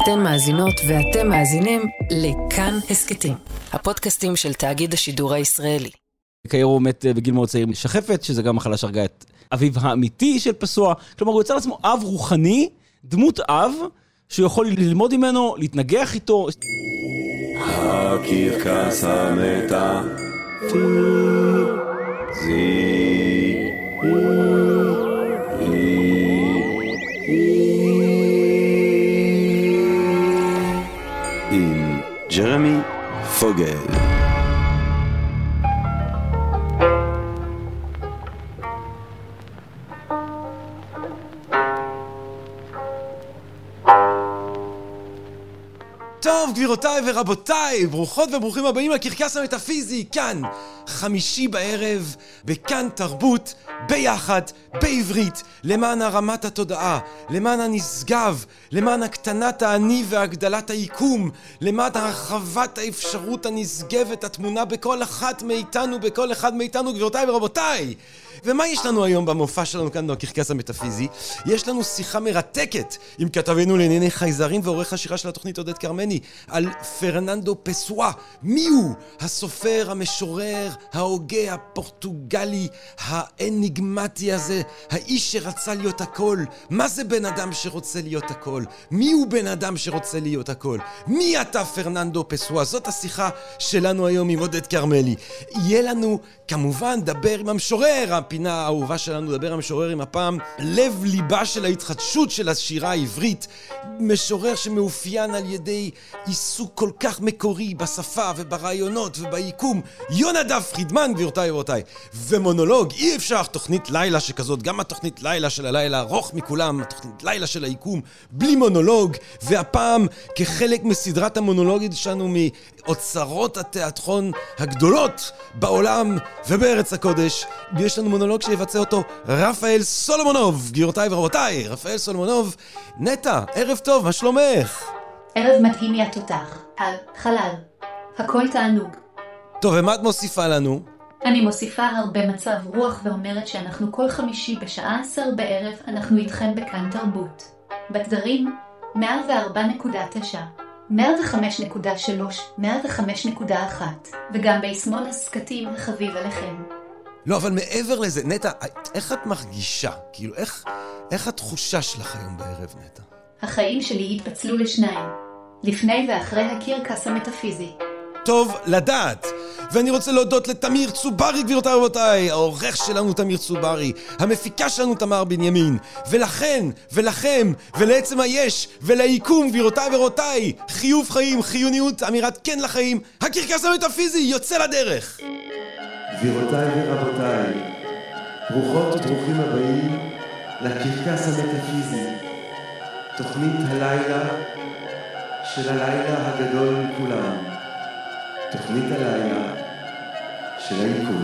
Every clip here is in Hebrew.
אתן מאזינות ואתם מאזינים לכאן הסקטים, הפודקאסטים של תאגיד השידור הישראלי. קיירו מת בגיל מאוד צעיר משחפת, שזה גם מחלה שהרגה את אביו האמיתי של פסוע. כלומר, הוא יוצא לעצמו אב רוחני, דמות אב, שהוא יכול ללמוד ממנו, להתנגח איתו. הקרקס המטאפיזי. עם ג'רמי פוגל. טוב, גבירותיי ורבותיי, ברוכות וברוכים הבאים לקרקס המטאפיזי, כאן, חמישי בערב, בכאן תרבות, ביחד, בעברית, למען הרמת התודעה, למען הנשגב, למען הקטנת האני והגדלת היקום, למען הרחבת האפשרות הנשגבת, התמונה בכל אחת מאיתנו, בכל אחד מאיתנו, גבירותיי ורבותיי. ומה יש לנו היום במופע שלנו כאן בקרקס המטאפיזי? יש לנו שיחה מרתקת עם כתבנו לענייני חייזרים ועורך השירה של התוכנית עודד קרמני על פרננדו פסואה. מי הוא? הסופר, המשורר, ההוגה, הפורטוגלי, האניגמטי הזה, האיש שרצה להיות הכל. מה זה בן אדם שרוצה להיות הכל? מי הוא בן אדם שרוצה להיות הכל? מי אתה פרננדו פסואה? זאת השיחה שלנו היום עם עודד קרמני. יהיה לנו כמובן דבר עם המשורר, הפינה האהובה שלנו, דבר המשורר עם הפעם לב ליבה של ההתחדשות של השירה העברית, משורר שמאופיין על ידי עיסוק כל כך מקורי בשפה וברעיונות וביקום, יונדב פרידמן, גבירותיי ורבותיי. ומונולוג, אי אפשר תוכנית לילה שכזאת, גם התוכנית לילה של הלילה ארוך מכולם, התוכנית לילה של היקום, בלי מונולוג, והפעם כחלק מסדרת המונולוגית שלנו מאוצרות התיאטרון הגדולות בעולם ובארץ הקודש, יש לנו מונולוג שיבצע אותו רפאל סולומונוב. גבירותיי ורבותיי, רפאל סולומונוב. נטע, ערב טוב, מה שלומך? ערב מדהים יא תותח, על חלל, הכל תענוג. טוב, ומה את מוסיפה לנו? אני מוסיפה הרבה מצב רוח ואומרת שאנחנו כל חמישי בשעה 10 בערב אנחנו איתכם בכאן תרבות. בתדרים 104.9, 105.3, 105.1 וגם בישמון הסקטים החביב עליכם. לא, אבל מעבר לזה, נטע, איך את מרגישה? כאילו, איך התחושה שלך היום בערב, נטע? החיים שלי התפצלו לשניים, לפני ואחרי הקרקס המטאפיזי. טוב לדעת. ואני רוצה להודות לתמיר צוברי, גבירותיי ורבותיי, העורך שלנו תמיר צוברי, המפיקה שלנו תמר בנימין, ולכן, ולכם, ולעצם היש, וליקום, גבירותיי ורבותיי, חיוב חיים, חיוניות, אמירת כן לחיים, הקרקס המטאפיזי יוצא לדרך. גבירותיי ורבותיי, ברוכות וברוכים הבאים לקרקס המטאפיזי, תוכנית הלילה של הלילה הגדול מכולם, תוכנית הלילה של היקום.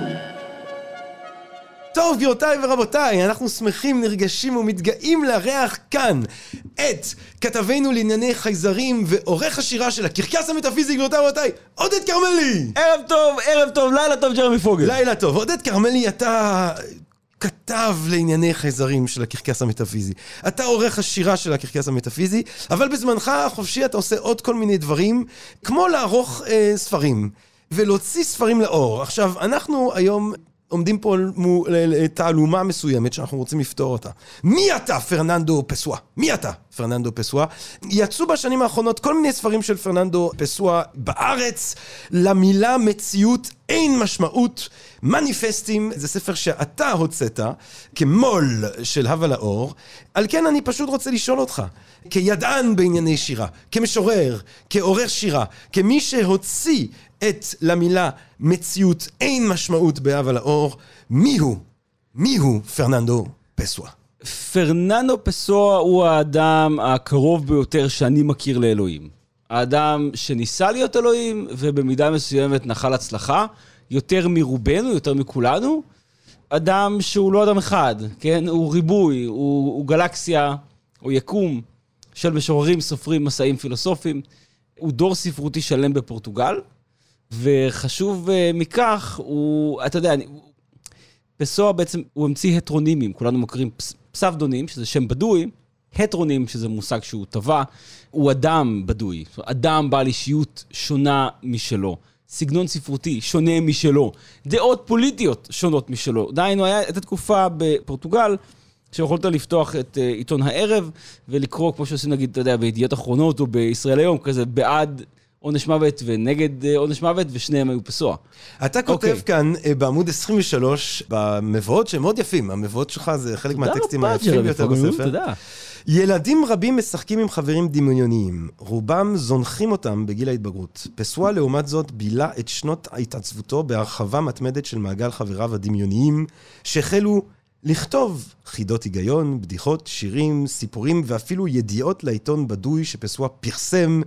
טוב, גבירותיי ורבותיי, אנחנו שמחים, נרגשים ומתגאים לארח כאן את כתבנו לענייני חייזרים ועורך השירה של הקרקס המטאפיזי, גבירותיי ורבותיי, עודד קרמני. ערב טוב, לילה טוב, ג'רמי פוגל. לילה טוב. עודד קרמני, אתה כתב לענייני חייזרים של הקרקס המטאפיזי. אתה עורך השירה של הקרקס המטאפיזי, אבל בזמנך החופשי אתה עושה עוד כל מיני דברים, כמו לערוך ספרים ולהוציא ספרים לאור. עכשיו, אנחנו היום עומדים פה מול תעלומה מסוימת שאנחנו רוצים לפתור אותה. מי אתה פרננדו פסואה? מי אתה פרננדו פסואה? יצאו בשנים האחרונות כל מיני ספרים של פרננדו פסואה בארץ. למילה מציאות אין משמעות. מניפסטים, זה ספר שאתה הוצאת כמול של הווה לאור. על כן אני פשוט רוצה לשאול אותך, כידען בענייני שירה, כמשורר, כעורך שירה, כמי שהוציא את למילה מציאות אין משמעות בהווה לאור, מי הוא פרננדו פסואה? פרננדו פסואה הוא האדם הקרוב ביותר שאני מכיר לאלוהים. האדם שניסה להיות אלוהים ובמידה מסוימת נחל הצלחה, יותר מרובנו, יותר מכולנו. אדם שהוא לא אדם אחד, כן? הוא ריבוי, הוא גלקסיה, הוא יקום של משוררים, סופרים, מסעים פילוסופיים. הוא דור ספרותי שלם בפורטוגל, וחשוב מכך, אתה יודע, פסואה בעצם הוא המציא הטרונימים, כולנו מכירים פסבדונים, שזה שם בדוי, הטרונים, שזה מושג שהוא טבע, הוא אדם בדוי, אדם בעל אישיות שונה משלו, סגנון ספרותי שונה משלו, דעות פוליטיות שונות משלו. דהיינו, הייתה תקופה בפורטוגל, שיכולת לפתוח את עיתון הערב, ולקרוא, כמו שעושים נגיד, אתה יודע, בידיעות אחרונות או בישראל היום, כזה בעד עונש מוות ונגד עונש מוות, ושניהם היו פסוע. אתה כותב כאן בעמוד 23, במבואות שהם מאוד יפים, המבואות שלך זה חלק מהטקסטים היפים ביותר בספר. תודה. ילדים רבים משחקים עם חברים דמיוניים, רובם זונחים אותם בגיל ההתבגרות. פסואה לעומת זאת בילה את שנות ההתעצבותו בהרחבה מתמדת של מעגל חבריו הדמיוניים, שהחלו לכתוב חידות היגיון, בדיחות, שירים, סיפורים ואפילו ידיעות לעיתון בדוי שפסואה פרסם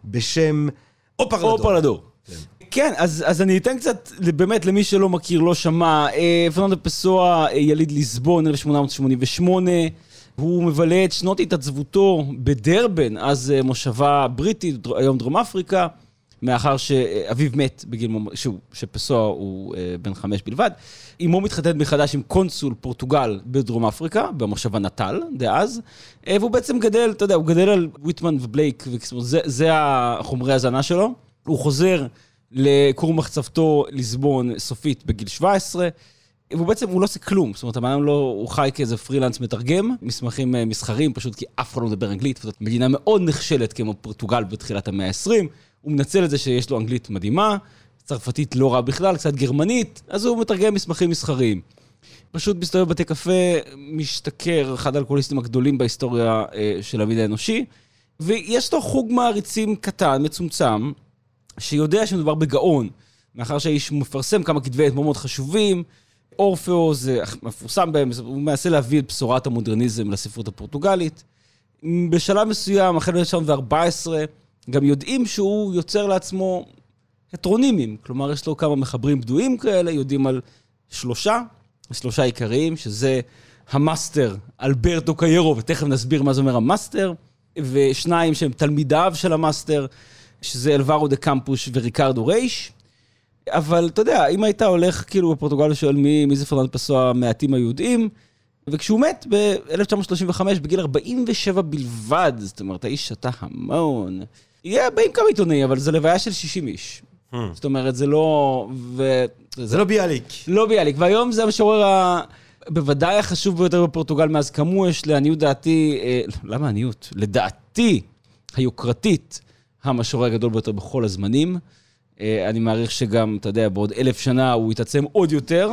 בשם אופרלדור. כן, אז אני אתן קצת, באמת, למי שלא מכיר, לא שמע, פרננדו פסואה יליד ליסבון, 1888, הוא מבלה את שנות התעצבותו בדרבן, אז מושבה בריטית, היום דרום אפריקה, מאחר שאביו מת בגיל, שפסואה הוא בן 5 בלבד. אמו מתחתנת מחדש עם קונסול פורטוגל בדרום אפריקה, במושבה נטל, דאז, והוא בעצם גדל, אתה יודע, הוא גדל על וויטמן ובלייק, זה החומרי הזנה שלו. הוא חוזר לכור מחצבתו ליסבון סופית בגיל 17, והוא בעצם, הוא לא עושה כלום, זאת אומרת, הוא חי כאיזה פרילנס מתרגם, מסמכים מסחרים, פשוט כי אף אחד לא מדבר אנגלית, זאת מדינה מאוד נכשלת כמו פורטוגל בתחילת המאה ה-20, הוא מנצל את זה שיש לו אנגלית מדהימה, צרפתית לא רע בכלל, קצת גרמנית, אז הוא מתרגם מסמכים מסחריים. פשוט מסתובב בתי קפה, משתכר, אחד האלכוהוליסטים הגדולים בהיסטוריה של המין האנושי, ויש לו חוג מעריצים קטן, מצומצם, שיודע שמדובר בגאון, מאחר שהאיש מפרסם כמה כתבי עת מאוד חשובים, אורפאו זה מפורסם בהם, הוא מנסה להביא את בשורת המודרניזם לספרות הפורטוגלית. בשלב מסוים, אחרי 1914, גם יודעים שהוא יוצר לעצמו הטרונימים, כלומר יש לו כמה מחברים בדויים כאלה, יודעים על שלושה עיקריים, שזה המאסטר, אלברטו קיירו, ותכף נסביר מה זה אומר המאסטר, ושניים שהם תלמידיו של המאסטר, שזה אלברו דה קמפוש וריקרדו רייש. אבל אתה יודע, אם היית הולך כאילו בפורטוגל ושואל מי זה פרננדו פסואה המעטים היהודים, וכשהוא מת ב-1935 בגיל 47 בלבד, זאת אומרת, האיש שתה המון. יהיה באים כמה עיתונאים, אבל זה לוויה של 60 איש. זאת אומרת, זה לא... זה לא ביאליק. לא ביאליק, והיום זה המשורר בוודאי החשוב ביותר בפורטוגל מאז כמוש, לעניות דעתי, למה עניות? לדעתי היוקרתית, המשורר הגדול ביותר בכל הזמנים. אני מעריך שגם, אתה יודע, בעוד 1000 שנה הוא יתעצם עוד יותר.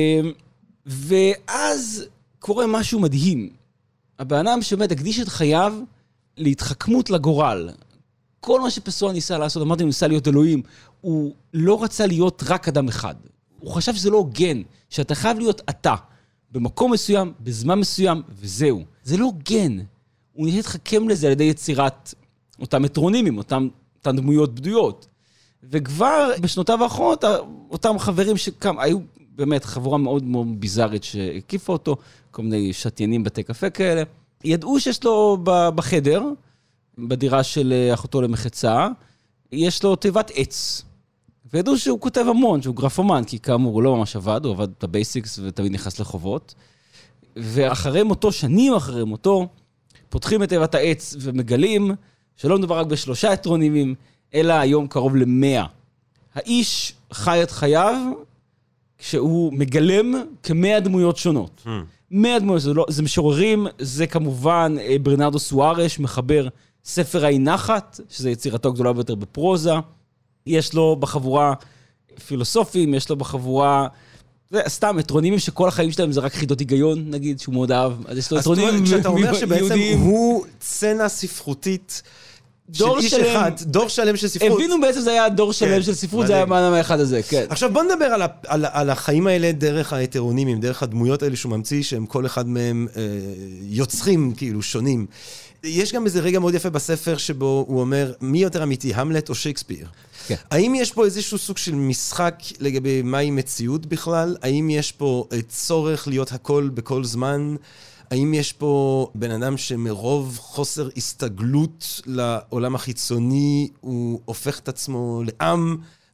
ואז קורה משהו מדהים. הבאדם שבאמת הקדיש את חייו להתחכמות לגורל. כל מה שפסואה ניסה לעשות, אמרתי, הוא ניסה להיות אלוהים, הוא לא רצה להיות רק אדם אחד. הוא חשב שזה לא הוגן, שאתה חייב להיות אתה, במקום מסוים, בזמן מסוים, וזהו. זה לא הוגן. הוא ניסה להתחכם לזה על ידי יצירת אותם מטרונימים, אותם דמויות בדויות. וכבר בשנותיו האחרונות, אותם חברים שקם, היו באמת חבורה מאוד מאוד ביזארית שהקיפה אותו, כל מיני שתיינים בתי קפה כאלה, ידעו שיש לו בחדר, בדירה של אחותו למחצה, יש לו תיבת עץ. וידעו שהוא כותב המון, שהוא גרפומן, כי כאמור הוא לא ממש עבד, הוא עבד את הבייסיקס ותמיד נכנס לחובות. ואחרי מותו, שנים אחרי מותו, פותחים את תיבת העץ ומגלים שלא מדובר רק ב3 הטרונימים, אלא היום קרוב ל100. האיש חי את חייו כשהוא מגלם כ100 דמויות שונות. 100 דמויות, זה משוררים, זה כמובן ברנרדו סוארש, מחבר ספר האינחת, שזה יצירתו הגדולה ביותר בפרוזה. יש לו בחבורה פילוסופים, יש לו בחבורה... זה סתם, הטרונימים שכל החיים שלהם זה רק חידות היגיון, נגיד, שהוא מאוד אהב. אז יש לו הטרונימים... כשאתה אומר שבעצם הוא סצנה ספרותית של איש אחד, דור שלם של ספרות. הבינו בעצם זה היה דור שלם של ספרות, זה היה מענה מהאחד הזה, כן. עכשיו בוא נדבר על החיים האלה דרך ההטרונימים, דרך הדמויות האלה שהוא ממציא, שהם כל אחד מהם יוצרים כאילו שונים. יש גם איזה רגע מאוד יפה בספר שבו הוא אומר, מי יותר אמיתי, המלט או שייקספיר? כן. האם יש פה איזשהו סוג של משחק לגבי מהי מציאות בכלל? האם יש פה צורך להיות הכל בכל זמן? האם יש פה בן אדם שמרוב חוסר הסתגלות לעולם החיצוני, הוא הופך את עצמו לעם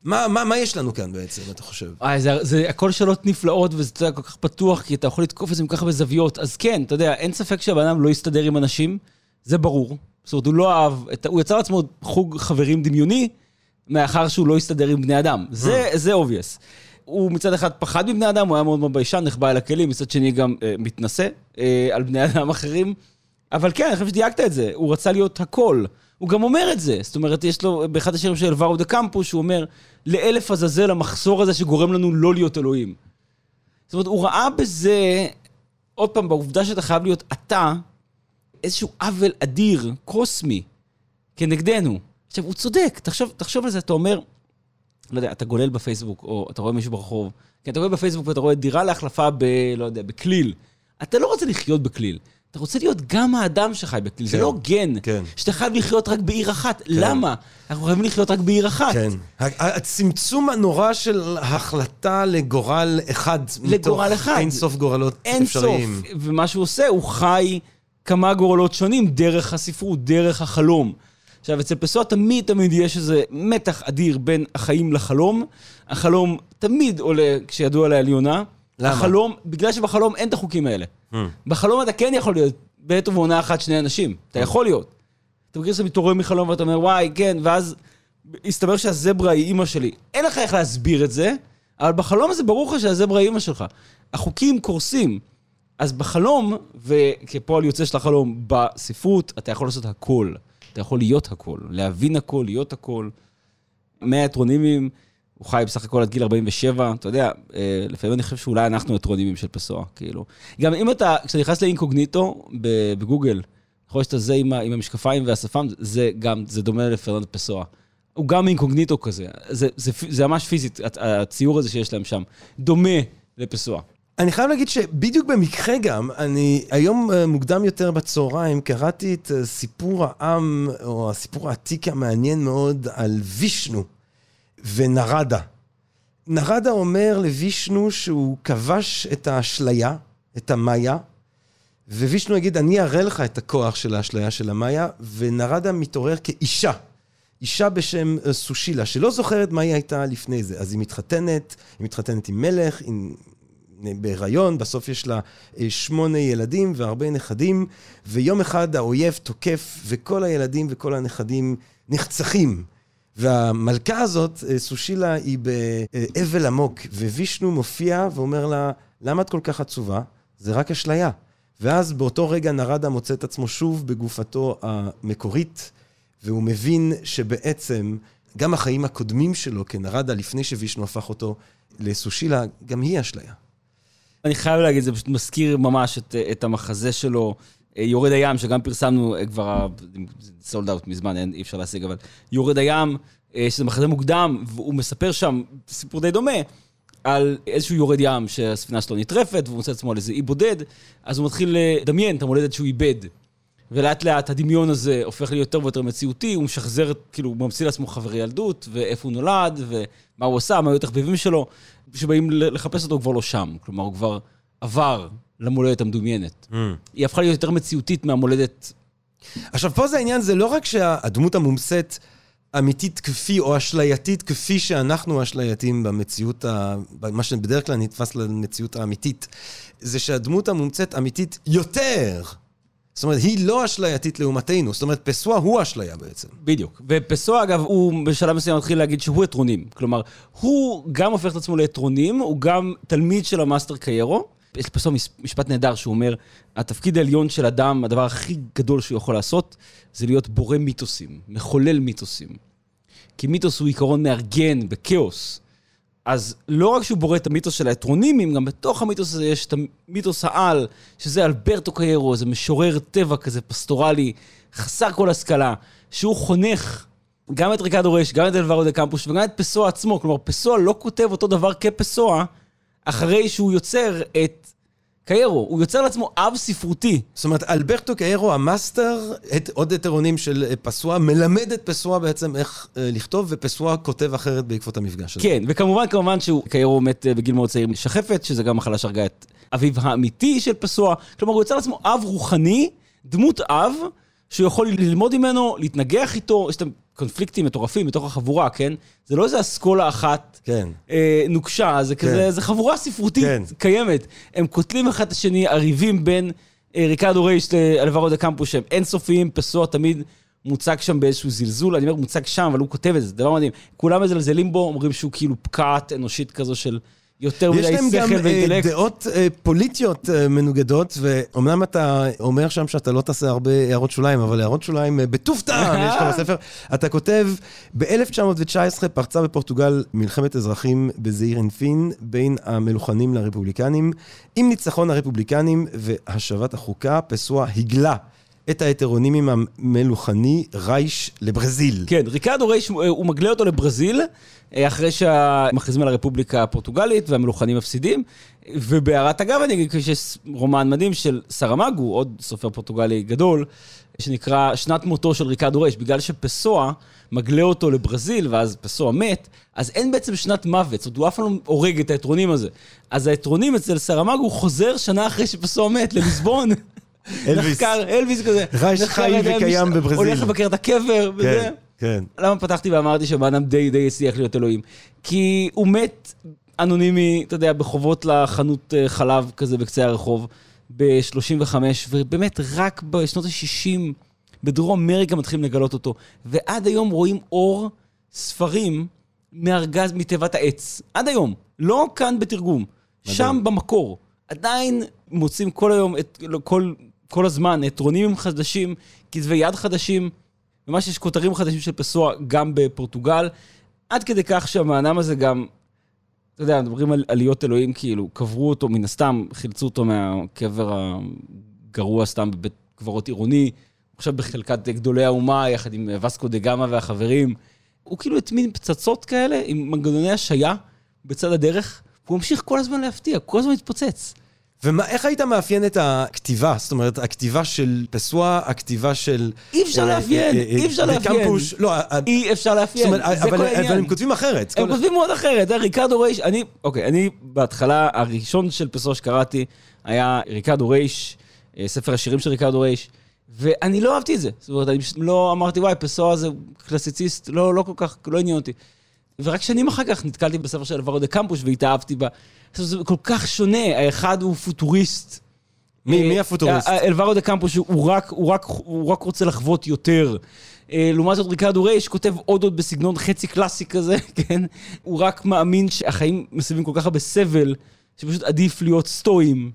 מה יש לנו כאן בעצם, אתה חושב? זה הכל שאלות נפלאות, וזה כל כך פתוח, כי אתה יכול לתקוף את זה מככה בזוויות. אז כן, אתה יודע, אין ספק שהבן אדם לא יסתדר עם אנשים, זה ברור. זאת אומרת, הוא לא אהב, הוא יצר לעצמו חוג חברים דמיוני, מאחר שהוא לא יסתדר עם בני אדם. זה obvious. הוא מצד אחד פחד מבני אדם, הוא היה מאוד מאוד ביישן, נחבא אל הכלים, מצד שני גם מתנשא על בני אדם אחרים. אבל כן, אני חושב שדייקת את זה, הוא רצה להיות הכל. הוא גם אומר את זה, זאת אומרת, יש לו, באחד השירים של אלברו דה קמפוס, הוא אומר, לאלף עזאזל המחסור הזה שגורם לנו לא להיות אלוהים. זאת אומרת, הוא ראה בזה, עוד פעם, בעובדה שאתה חייב להיות אתה, איזשהו עוול אדיר, קוסמי, כנגדנו. עכשיו, הוא צודק, תחשוב על זה, אתה אומר, לא יודע, אתה גולל בפייסבוק, או אתה רואה מישהו ברחוב, כי אתה רואה בפייסבוק ואתה רואה דירה להחלפה לא יודע, בכליל. אתה לא רוצה לחיות בכליל. אתה רוצה להיות גם האדם שחי בכליל, זה לא הוגן, שאתה חייב לחיות רק בעיר אחת. למה? אנחנו חייבים לחיות רק בעיר אחת. כן. הצמצום הנורא של החלטה לגורל אחד, מתוך אין סוף גורלות אפשריים. אין סוף, ומה שהוא עושה, הוא חי כמה גורלות שונים, דרך הספרות, דרך החלום. עכשיו, אצל פסואה תמיד יש איזה מתח אדיר בין החיים לחלום. החלום תמיד עולה כשידוע לעליונה. למה? החלום, בגלל שבחלום אין את החוקים האלה. בחלום אתה כן יכול להיות בעת ובעונה אחת שני אנשים. אתה יכול להיות. אתה מכיר שאתה מתעורר מחלום ואתה אומר, וואי, כן, ואז הסתבר שהזברה היא אמא שלי. אין לך איך להסביר את זה, אבל בחלום הזה ברור לך שהזברה היא אמא שלך. החוקים קורסים. אז בחלום, וכפועל יוצא של החלום, בספרות, אתה יכול לעשות הכל. אתה יכול להיות הכל, להבין הכל, להיות הכל. 100 הטרונימים, הוא חי בסך הכל עד גיל 47, אתה יודע, לפעמים אני חושב שאולי אנחנו הטרונימים של פסואה, כאילו. גם אם כשאתה נכנס לאינקוגניטו בגוגל, יכול להיות שאתה זה עם המשקפיים והשפם, זה דומה לפרננדו פסואה. הוא גם אינקוגניטו כזה, זה ממש פיזית, הציור הזה שיש להם שם, דומה לפסואה. אני חייב להגיד שבדיוק במקרה גם, אני היום מוקדם יותר בצהריים, קראתי את סיפור העם, או הסיפור העתיק המעניין מאוד, על וישנו ונרדה. נרדה אומר לוישנו שהוא כבש את האשליה, את המאיה, ווישנו יגיד, אני אראה לך את הכוח של האשליה של המאיה, ונרדה מתעורר כאישה. אישה בשם סושילה, שלא זוכרת מה היא הייתה לפני זה. אז היא מתחתנת עם מלך, בהיריון, בסוף יש לה 8 ילדים והרבה נכדים, ויום אחד האויב תוקף, וכל הילדים וכל הנכדים נחצחים. והמלכה הזאת, סושילה, היא באבל עמוק, ווישנו מופיע ואומר לה, למה את כל כך עצובה? זה רק אשליה. ואז באותו רגע נרדה מוצא את עצמו שוב בגופתו המקורית, והוא מבין שבעצם גם החיים הקודמים שלו כנרדה, לפני שווישנו הפך אותו לסושילה, גם היא אשליה. אני חייב להגיד, זה פשוט מזכיר ממש את המחזה שלו, יורד הים, שגם פרסמנו כבר, סולד אאוט מזמן, אי אפשר להשיג, אבל יורד הים, שזה מחזה מוקדם, והוא מספר שם סיפור די דומה, על איזשהו יורד ים שהספינה שלו נטרפת, והוא מוצא עצמו על איזה אי בודד, אז הוא מתחיל לדמיין את המולדת שהוא איבד. ולאט לאט הדמיון הזה הופך להיות יותר ויותר מציאותי, הוא משחזר, כאילו, הוא ממציא לעצמו חברי ילדות, ואיפה הוא נולד, ומה הוא עושה, מה היו תחביבים שלו, שבאים לחפש אותו, הוא כבר לא שם. כלומר, הוא כבר עבר למולדת המדומיינת. היא הפכה להיות יותר מציאותית מהמולדת. עכשיו, פה זה העניין, זה לא רק שהדמות המומצאת אמיתית כפי, או אשלייתית כפי שאנחנו אשלייתים במציאות, מה שבדרך כלל נתפס למציאות האמיתית, זה שהדמות המומצאת אמיתית יותר. זאת אומרת, היא לא אשלייתית לעומתנו. זאת אומרת, פסואה הוא אשליה בעצם. בדיוק. ופסואה, אגב, הוא בשלב מסוים מתחיל להגיד שהוא הטרונים. כלומר, הוא גם הופך את עצמו להטרונים, הוא גם תלמיד של המאסטר קיירו. יש פסואה משפט נהדר שהוא אומר, התפקיד העליון של אדם, הדבר הכי גדול שהוא יכול לעשות, זה להיות בורא מיתוסים, מחולל מיתוסים. כי מיתוס הוא עיקרון מארגן בקאוס. אז לא רק שהוא בורא את המיתוס של האטרונימים, גם בתוך המיתוס הזה יש את המיתוס העל, שזה אלברטו קיירו, זה משורר טבע כזה פסטורלי, חסר כל השכלה, שהוא חונך גם את ריקרדו רש, גם את אלברו דה קמפוס, וגם את פסואה עצמו. כלומר, פסואה לא כותב אותו דבר כפסואה, אחרי שהוא יוצר את קיירו. הוא יוצר לעצמו אב ספרותי. זאת אומרת, אלברטו קיירו, המאסטר, עוד הטרונים של פסואה, מלמד את פסואה בעצם איך לכתוב, ופסואה כותב אחרת בעקבות המפגש הזה. כן, וכמובן שהוא, קיירו מת בגיל מאוד צעיר משחפת, שזה גם מחלה שהרגה את אביו האמיתי של פסואה. כלומר, הוא יוצר לעצמו אב רוחני, דמות אב, שהוא יכול ללמוד ממנו, להתנגח איתו. קונפליקטים מטורפים בתוך החבורה, כן? זה לא איזה אסכולה אחת כן. נוקשה, זה כזה, זה חבורה ספרותית קיימת. הם קוטלים אחד את השני, עריבים בין ריקרדו רייש לאלברו דה קמפוס, שהם אינסופיים, פסוע תמיד מוצג שם באיזשהו זלזול, אני אומר מוצג שם, אבל הוא כותב את זה, זה דבר מדהים. כולם מזלזלים בו, אומרים שהוא כאילו פקעת אנושית כזו של יותר מדי שכל ואינטלקט. יש להם גם דעות פוליטיות מנוגדות, ואומנם אתה אומר שם שאתה לא תעשה הרבה הערות שוליים, אבל הערות שוליים בטוב טעם, יש לך בספר. אתה כותב, ב-1919 פרצה בפורטוגל מלחמת אזרחים בזעיר אנפין, בין המלוכנים לרפובליקנים. עם ניצחון הרפובליקנים והשבת החוקה, פסוע הגלה את ההטרונימים המלוכני רייש לברזיל. כן, ריקרדו רייש, הוא מגלה אותו לברזיל, אחרי שמכריזים על הרפובליקה הפורטוגלית, והמלוכנים מפסידים, ובהערת אגב אני אגיד שיש רומן מדהים של סרמגו, עוד סופר פורטוגלי גדול, שנקרא שנת מותו של ריקרדו רייש, בגלל שפסוע מגלה אותו לברזיל, ואז פסוע מת, אז אין בעצם שנת מוות, זאת אומרת, הוא אף פעם לא הורג את ההטרונים הזה. אז ההטרונים אצל סרמגו חוזר שנה אחרי שפסוע מת, לליסבון. נחקר, אלוויס כזה. רייש חי וקיים בברזיל. הולך לבקר את הקבר, וזה. כן. למה פתחתי ואמרתי שבאדם די הצליח להיות אלוהים? כי הוא מת אנונימי, אתה יודע, בחובות לחנות חלב כזה בקצה הרחוב, ב-35, ובאמת רק בשנות ה-60, בדרום אמריקה מתחילים לגלות אותו, ועד היום רואים אור ספרים מארגז מתיבת העץ. עד היום. לא כאן בתרגום. שם במקור. עדיין מוצאים כל היום, כל הזמן, הטרונים חדשים, כתבי יד חדשים, ממש יש כותרים חדשים של פסוע גם בפורטוגל, עד כדי כך שהמענם הזה גם, אתה יודע, מדברים על עליות אלוהים, כאילו, קברו אותו מן הסתם, חילצו אותו מהקבר הגרוע סתם בבית קברות עירוני, עכשיו בחלקת גדולי האומה, יחד עם וסקו דה גאמה והחברים, הוא כאילו הטמין פצצות כאלה, עם מנגנוני השיה בצד הדרך, הוא ממשיך כל הזמן להפתיע, כל הזמן מתפוצץ. ואיך היית מאפיין את הכתיבה? זאת אומרת, הכתיבה של פסוע, הכתיבה של... אי אפשר לאפיין, אי אפשר לאפיין. אי אפשר לאפיין, זה כל העניין. אבל הם כותבים אחרת. הם כותבים מאוד אחרת. ריקרדו רייש, אני בהתחלה, הראשון של פסוע שקראתי, היה ריקרדו רייש, ספר השירים של ריקרדו רייש, ואני לא אהבתי את זה. זאת אומרת, אני לא אמרתי, וואי, פסוע זה קלאסיציסט, לא כל כך, לא עניין אותי. ורק שנים אחר כך נתקלתי בספר של אלברו דה קמפוס, והתאהבתי בה. זה כל כך שונה, האחד הוא פוטוריסט. מי הפוטוריסט? אלברו דה קמפוס, הוא רק רוצה לחוות יותר. לעומת זאת ריקרדו רייש כותב עוד בסגנון חצי קלאסי כזה, כן? הוא רק מאמין שהחיים מסביבים כל כך הרבה סבל, שפשוט עדיף להיות סטואים,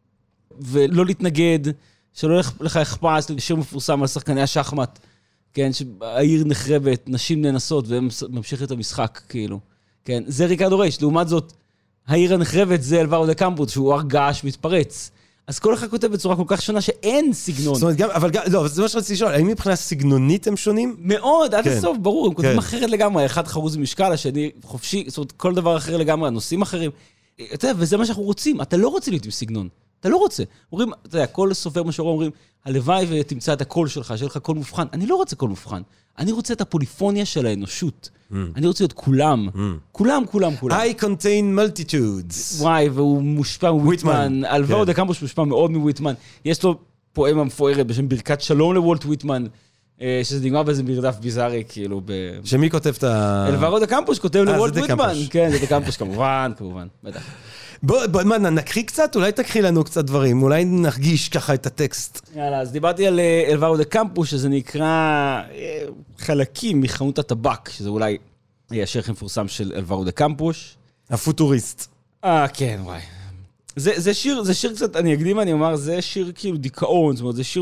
ולא להתנגד, שלא לך אכפת, שיר מפורסם על שחקני השחמט, כן? שהעיר נחרבת, נשים ננסות, והם ממשיכים את המשחק, כאילו. כן? זה ריקרדו רייש. לעומת זאת, העיר הנחרבת זה אלברו דה קמפוס, שהוא הרגש מתפרץ. אז כל אחד כותב בצורה כל כך שונה שאין סגנון. זאת אומרת, אבל לא, זה מה שרציתי לשאול, האם מבחינה סגנונית הם שונים? מאוד, עד הסוף, ברור, הם כותבים אחרת לגמרי, אחד חרוז במשקל, השני חופשי, זאת אומרת, כל דבר אחר לגמרי, הנושאים אחרים. אתה יודע, וזה מה שאנחנו רוצים, אתה לא רוצה להיות עם סגנון, אתה לא רוצה. אומרים, אתה יודע, כל סופר משורר אומרים, הלוואי ותמצא את הקול שלך, שיהיה לך קול מובחן. אני לא רוצה קול מובחן, אני רוצה את הפוליפוניה של האנושות. אני רוצה להיות כולם. כולם. I contain multitudes. וואי, והוא מושפע מוויטמן. אלברו דה קמפוס מושפע מאוד מוויטמן. יש לו פואמה מפוארת בשם ברכת שלום לוולט וויטמן, שזה נגמר באיזה מרדף ביזארי, כאילו שמי כותב את ה... אלברו דה קמפוס כותב לוולט וויטמן. כן, זה דה קמפוס כמובן, בטח. בוא, נקריא קצת? אולי תקריא לנו קצת דברים, אולי נרגיש ככה את הטקסט. יאללה, אז דיברתי על אלברו דה קמפוס, שזה נקרא חלקים מחנות הטבק, שזה אולי השיר הכי מפורסם של אלברו דה קמפוס. הפוטוריסט. כן, וואי. זה שיר קצת, אני אקדים, אני אומר, זה שיר כאילו דיכאון, זאת אומרת, זה שיר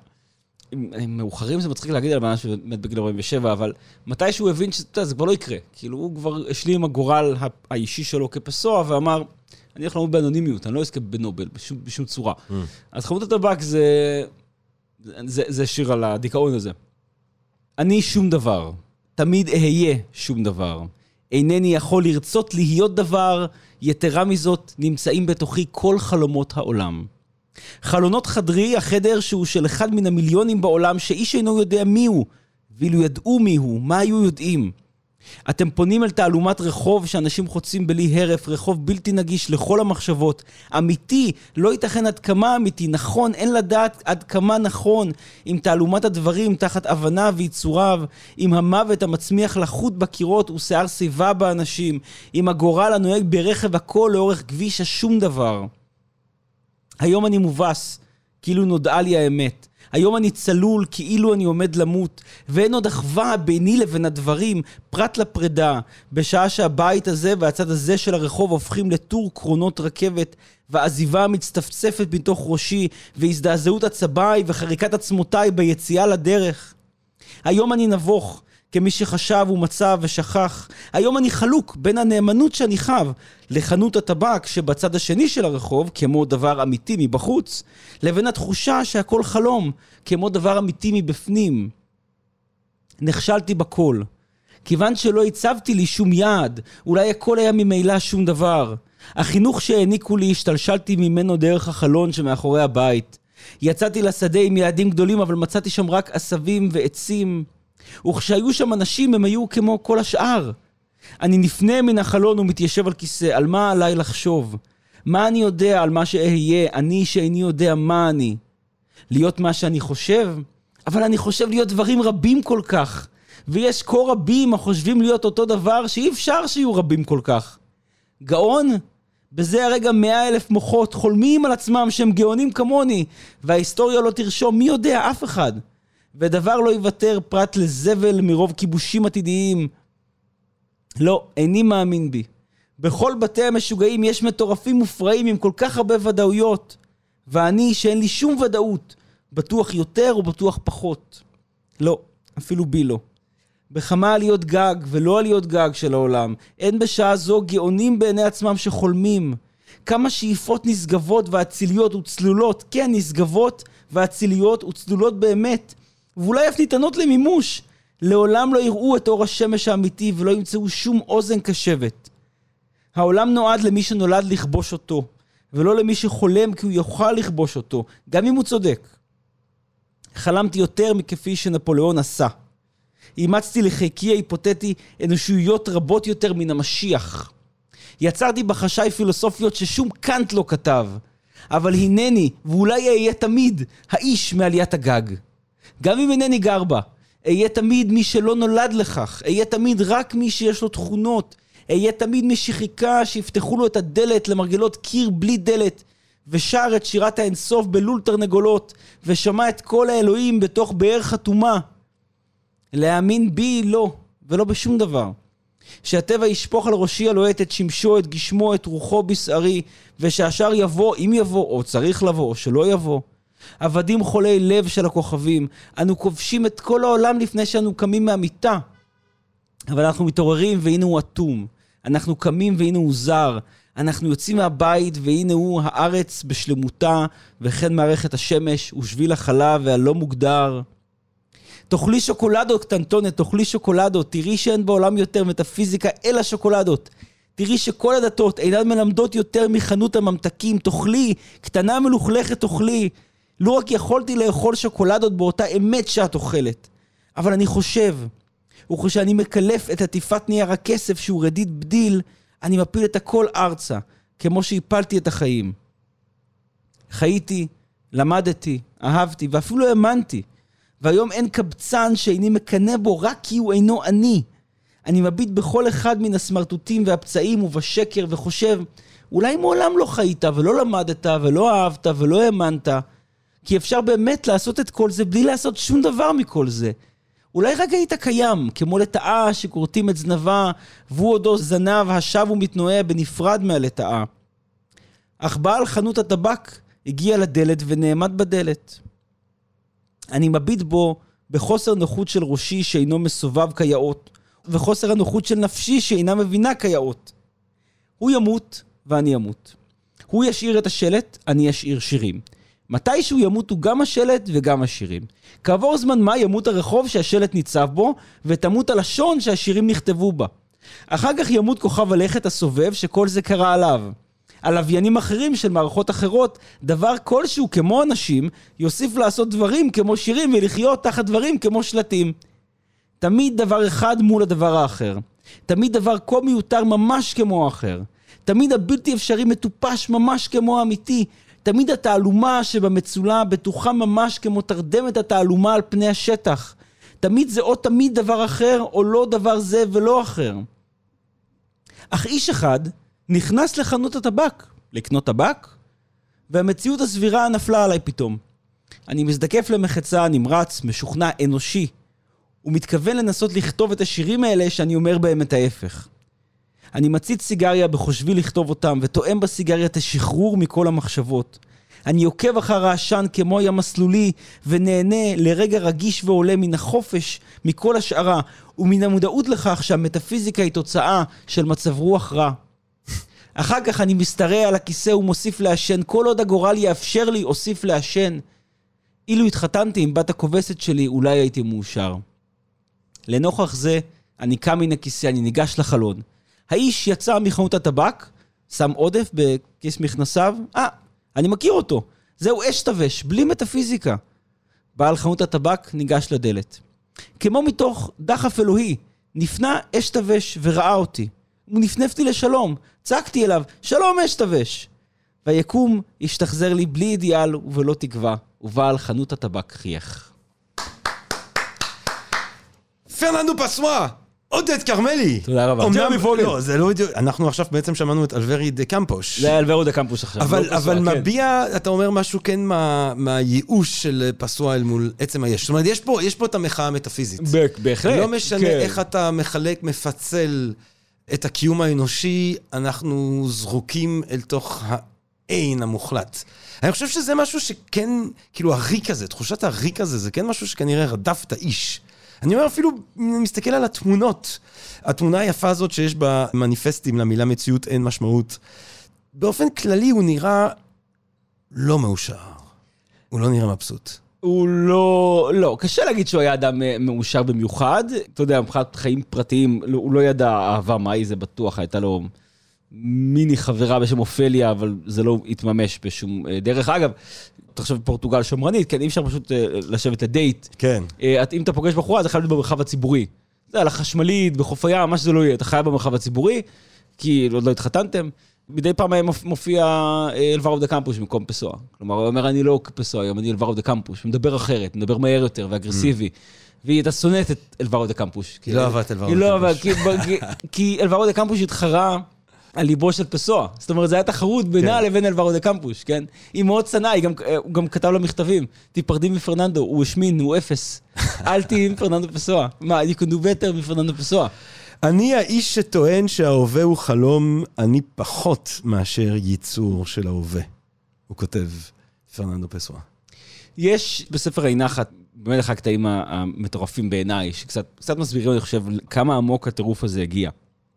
מאוחרים, זה מצחיק להגיד על בנה שמת בגיל 47, אבל מתי שהוא הבין שזה כבר לא יקרה, כאילו הוא כבר השלים הגורל האישי שלו כפסוע, ואמר, אני הולך למות באנונימיות, אני לא אזכה בנובל, בשום צורה. אז חנות הטבק זה שיר על הדיכאון הזה. אני שום דבר, תמיד אהיה שום דבר. אינני יכול לרצות להיות דבר, יתרה מזאת נמצאים בתוכי כל חלומות העולם. חלונות חדרי, החדר שהוא של אחד מן המיליונים בעולם שאיש אינו יודע מי הוא, ואילו ידעו מי הוא, מה היו יודעים. אתם פונים אל תעלומת רחוב שאנשים חוצים בלי הרף, רחוב בלתי נגיש לכל המחשבות. אמיתי, לא ייתכן עד כמה אמיתי, נכון, אין לדעת עד כמה נכון, עם תעלומת הדברים תחת הבנה ויצוריו, עם המוות המצמיח לחוט בקירות ושיער שיבה באנשים, עם הגורל הנוהג ברכב הכל לאורך כביש השום דבר. היום אני מובס, כאילו נודעה לי האמת. היום אני צלול כאילו אני עומד למות, ואין עוד אחווה ביני לבין הדברים, פרט לפרידה, בשעה שהבית הזה והצד הזה של הרחוב הופכים לטור קרונות רכבת, והעזיבה מצטפצפת מתוך ראשי, והזדעזעות הצבאי וחריקת עצמותיי ביציאה לדרך. היום אני נבוך, כמי שחשב ומצא ושכח. היום אני חלוק בין הנאמנות שאני חב לחנות הטבק שבצד השני של הרחוב, כמו דבר אמיתי מבחוץ, לבין התחושה שהכל חלום, כמו דבר אמיתי מבפנים. נכשלתי בכל. כיוון שלא הצבתי לי שום יעד, אולי הכל היה ממילא שום דבר. החינוך שהעניקו לי השתלשלתי ממנו דרך החלון שמאחורי הבית. יצאתי לשדה עם יעדים גדולים, אבל מצאתי שם רק עשבים ועצים. וכשהיו שם אנשים הם היו כמו כל השאר. אני נפנה מן החלון ומתיישב על כיסא. על מה עליי לחשוב? מה אני יודע על מה שאהיה? אני שאיני יודע מה אני. להיות מה שאני חושב? אבל אני חושב להיות דברים רבים כל כך. ויש כה רבים החושבים להיות אותו דבר שאי אפשר שיהיו רבים כל כך. גאון? בזה הרגע 100,000 מוחות חולמים על עצמם שהם גאונים כמוני, וההיסטוריה לא תרשום, מי יודע, אף אחד. ודבר לא יוותר פרט לזבל מרוב כיבושים עתידיים. לא, איני מאמין בי. בכל בתי המשוגעים יש מטורפים מופרעים עם כל כך הרבה ודאויות, ואני שאין לי שום ודאות, בטוח יותר או בטוח פחות. לא, אפילו בי לא. בכמה עליות גג ולא עליות גג של העולם, אין בשעה זו גאונים בעיני עצמם שחולמים. כמה שאיפות נשגבות והציליות וצלולות, כן, נשגבות והציליות וצלולות באמת, ואולי אף ניתנות למימוש. לעולם לא יראו את אור השמש האמיתי ולא ימצאו שום אוזן קשבת. העולם נועד למי שנולד לכבוש אותו, ולא למי שחולם כי הוא יוכל לכבוש אותו, גם אם הוא צודק. חלמתי יותר מכפי שנפוליאון עשה. אימצתי לחיקי ההיפותטי אנושיות רבות יותר מן המשיח. יצרתי בחשאי פילוסופיות ששום קאנט לא כתב, אבל הנני, ואולי אהיה תמיד, האיש מעליית הגג. גם אם אינני גר בה, אהיה תמיד מי שלא נולד לכך, אהיה תמיד רק מי שיש לו תכונות, אהיה תמיד מי שחיכה שיפתחו לו את הדלת למרגלות קיר בלי דלת, ושר את שירת האינסוף בלול תרנגולות, ושמע את כל האלוהים בתוך באר חתומה. להאמין בי לא, ולא בשום דבר. שהטבע ישפוך על ראשי הלוהט את שמשו, את גשמו, את רוחו בשערי, ושהשאר יבוא, אם יבוא, או צריך לבוא, או שלא יבוא. עבדים חולי לב של הכוכבים, אנו כובשים את כל העולם לפני שאנו קמים מהמיטה. אבל אנחנו מתעוררים והנה הוא אטום. אנחנו קמים והנה הוא זר. אנחנו יוצאים מהבית והנה הוא הארץ בשלמותה, וכן מערכת השמש ושביל החלב והלא מוגדר. תאכלי שוקולדות קטנטונת, תאכלי שוקולדות, תראי שאין בעולם יותר מטאפיזיקה אלא שוקולדות. תראי שכל הדתות אינן מלמדות יותר מחנות הממתקים, תאכלי, קטנה מלוכלכת תאכלי. לא רק יכולתי לאכול שוקולדות באותה אמת שאת אוכלת, אבל אני חושב, וכשאני מקלף את עטיפת נייר הכסף שהוא רדיד בדיל, אני מפיל את הכל ארצה, כמו שהפלתי את החיים. חייתי, למדתי, אהבתי, ואפילו האמנתי. והיום אין קבצן שאיני מקנה בו רק כי הוא אינו אני. אני מביט בכל אחד מן הסמרטוטים והפצעים ובשקר וחושב, אולי מעולם לא חיית ולא למדת ולא אהבת ולא האמנת, כי אפשר באמת לעשות את כל זה בלי לעשות שום דבר מכל זה. אולי רק היית קיים, כמו לטאה שכורתים את זנבה, והוא עודו זנב השב ומתנועה בנפרד מהלטאה. אך בעל חנות הטבק הגיע לדלת ונעמד בדלת. אני מביט בו בחוסר נוחות של ראשי שאינו מסובב כיאות, וחוסר הנוחות של נפשי שאינה מבינה כיאות. הוא ימות ואני ימות. הוא ישאיר את השלט, אני אשאיר שירים. מתי שהוא ימות הוא גם השלט וגם השירים. כעבור זמן מה ימות הרחוב שהשלט ניצב בו, ותמות הלשון שהשירים נכתבו בה. אחר כך ימות כוכב הלכת הסובב שכל זה קרה עליו. על לוויינים אחרים של מערכות אחרות, דבר כלשהו כמו אנשים, יוסיף לעשות דברים כמו שירים ולחיות תחת דברים כמו שלטים. תמיד דבר אחד מול הדבר האחר. תמיד דבר כה מיותר ממש כמו האחר. תמיד הבלתי אפשרי מטופש ממש כמו האמיתי. תמיד התעלומה שבמצולה בטוחה ממש כמו תרדמת התעלומה על פני השטח. תמיד זה או תמיד דבר אחר או לא דבר זה ולא אחר. אך איש אחד נכנס לחנות הטבק, לקנות טבק, והמציאות הסבירה נפלה עליי פתאום. אני מזדקף למחצה, נמרץ, משוכנע, אנושי, ומתכוון לנסות לכתוב את השירים האלה שאני אומר בהם את ההפך. אני מציץ סיגריה בחושבי לכתוב אותם, ותואם בסיגריה את השחרור מכל המחשבות. אני עוקב אחר העשן כמו ים מסלולי, ונהנה לרגע רגיש ועולה מן החופש, מכל השערה, ומן המודעות לכך שהמטאפיזיקה היא תוצאה של מצב רוח רע. אחר כך אני מסתרע על הכיסא ומוסיף לעשן, כל עוד הגורל יאפשר לי אוסיף לעשן. אילו התחתנתי עם בת הכובסת שלי, אולי הייתי מאושר. לנוכח זה, אני קם מן הכיסא, אני ניגש לחלון. האיש יצא מחנות הטבק, שם עודף בכיס מכנסיו. אני מכיר אותו. זהו אש תבש, בלי מטאפיזיקה. בעל חנות הטבק ניגש לדלת. כמו מתוך דחף אלוהי, נפנה אש תבש וראה אותי. הוא נפנפתי לשלום, צעקתי אליו, שלום אש תבש. ויקום ישתחזר לי בלי אידיאל ובלא תקווה, ובעל חנות הטבק חייך. פרננדו פסואה! עודד קרמלי! תודה רבה. ג'רמי פוגל. לא, זה לא בדיוק. אנחנו עכשיו בעצם שמענו את אלברי דה קמפוש. זה אלברו דה קמפוש עכשיו. אבל מביע, אתה אומר משהו כן מהייאוש של פסואה אל מול עצם היש. זאת אומרת, יש פה את המחאה המטאפיזית. בהחלט. לא משנה איך אתה מחלק, מפצל את הקיום האנושי, אנחנו זרוקים אל תוך האין המוחלט. אני חושב שזה משהו שכן, כאילו הריק הזה, תחושת הריק הזה, זה כן משהו שכנראה רדף את האיש. אני אומר אפילו, מסתכל על התמונות, התמונה היפה הזאת שיש במניפסטים למילה מציאות אין משמעות, באופן כללי הוא נראה לא מאושר, הוא לא נראה מבסוט. הוא לא, קשה להגיד שהוא היה אדם מאושר במיוחד, אתה יודע, מבחינת חיים פרטיים, הוא לא ידע אהבה מהי, זה בטוח, הייתה לו מיני חברה בשם אופליה, אבל זה לא התממש בשום דרך. אגב, תחשב פורטוגל שמרנית, כן, אי אפשר פשוט לשבת לדייט. כן. אם אתה פוגש בחורה, זה חייב להיות במרחב הציבורי. זה על החשמלית, בחוף הים, מה שזה לא יהיה, אתה חייב במרחב הציבורי, כי עוד לא התחתנתם. מדי פעם היה מופיע אלברו דה קמפוש במקום פסואה. כלומר, הוא אומר, אני לא פסואה, היום אני אלברו דה קמפוש, מדבר אחרת, מדבר מהר יותר ואגרסיבי. והיא הייתה שונאת את אלברו דה קמפוש. היא לא אהבה את אלברו דה קמפוש. כי אלברו דה קמפוש התחרה על ליבו של פסואה. זאת אומרת, זה היה תחרות בינה לבין אלברו דה קמפוש, כן? היא מאוד שנאה, הוא גם כתב לו מכתבים. תיפרדי מפרננדו, הוא השמין, הוא אפס. אל תהי עם פרננדו פסואה. מה, you can do better מפרננדו פסואה. אני האיש שטוען שההווה הוא חלום, אני פחות מאשר ייצור של ההווה. הוא כותב, פרננדו פסואה. יש בספר הנחת, באמת אחד הקטעים המטורפים בעיניי, שקצת מסבירים, אני חושב, כמה עמוק הטירוף הזה הגיע.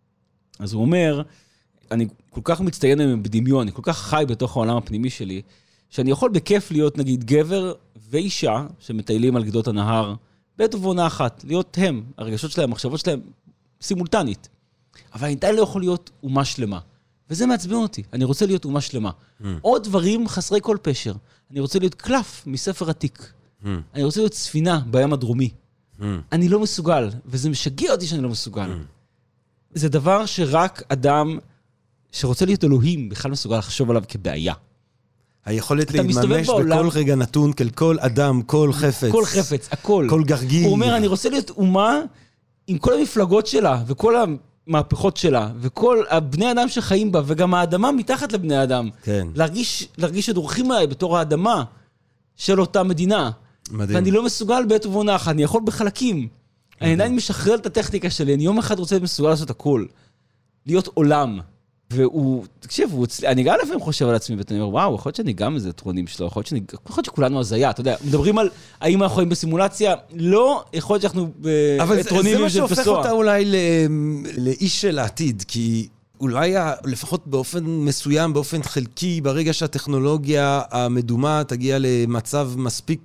אז הוא אומר, אני כל כך מצטיין בדמיון, אני כל כך חי בתוך העולם הפנימי שלי, שאני יכול בכיף להיות, נגיד, גבר ואישה שמטיילים על גדות הנהר, בעת ובעונה אחת, להיות הם, הרגשות שלהם, המחשבות שלהם, סימולטנית. אבל אני די לא יכול להיות אומה שלמה. וזה מעצבן אותי. אני רוצה להיות אומה שלמה. עוד דברים חסרי כל פשר. אני רוצה להיות קלף מספר עתיק. אני רוצה להיות ספינה בים הדרומי. אני לא מסוגל, וזה משגע אותי שאני לא מסוגל. זה דבר שרק אדם שרוצה להיות אלוהים בכלל מסוגל לחשוב עליו כבעיה. היכולת להתממש בכל רגע נתון, כל אדם, כל חפץ. כל חפץ, הכל. כל גרגיר. הוא אומר, אני רוצה להיות אומה עם כל המפלגות שלה, וכל המהפכות שלה, וכל הבני אדם שחיים בה, וגם האדמה מתחת לבני אדם. כן. להרגיש שדורכים עליי בתור האדמה של אותה מדינה. מדהים. ואני לא מסוגל בעת ובעונה אחת, אני יכול בחלקים. אני עדיין משחרר את הטכניקה שלי, אני יום אחד רוצה להיות מסוגל לעשות הכל. להיות עולם. והוא, תקשיב, אני גם לפעמים חושב על עצמי, ואתה אומר, וואו, יכול להיות שאני גם איזה טרונים שלו, יכול להיות שכולנו הזיה, אתה יודע, מדברים על האם אנחנו חיים בסימולציה, לא, יכול להיות שאנחנו בטרונים של פסואה. אבל זה מה שהופך אותה אולי לאיש של העתיד, כי אולי לפחות באופן מסוים, באופן חלקי, ברגע שהטכנולוגיה המדומה תגיע למצב מספיק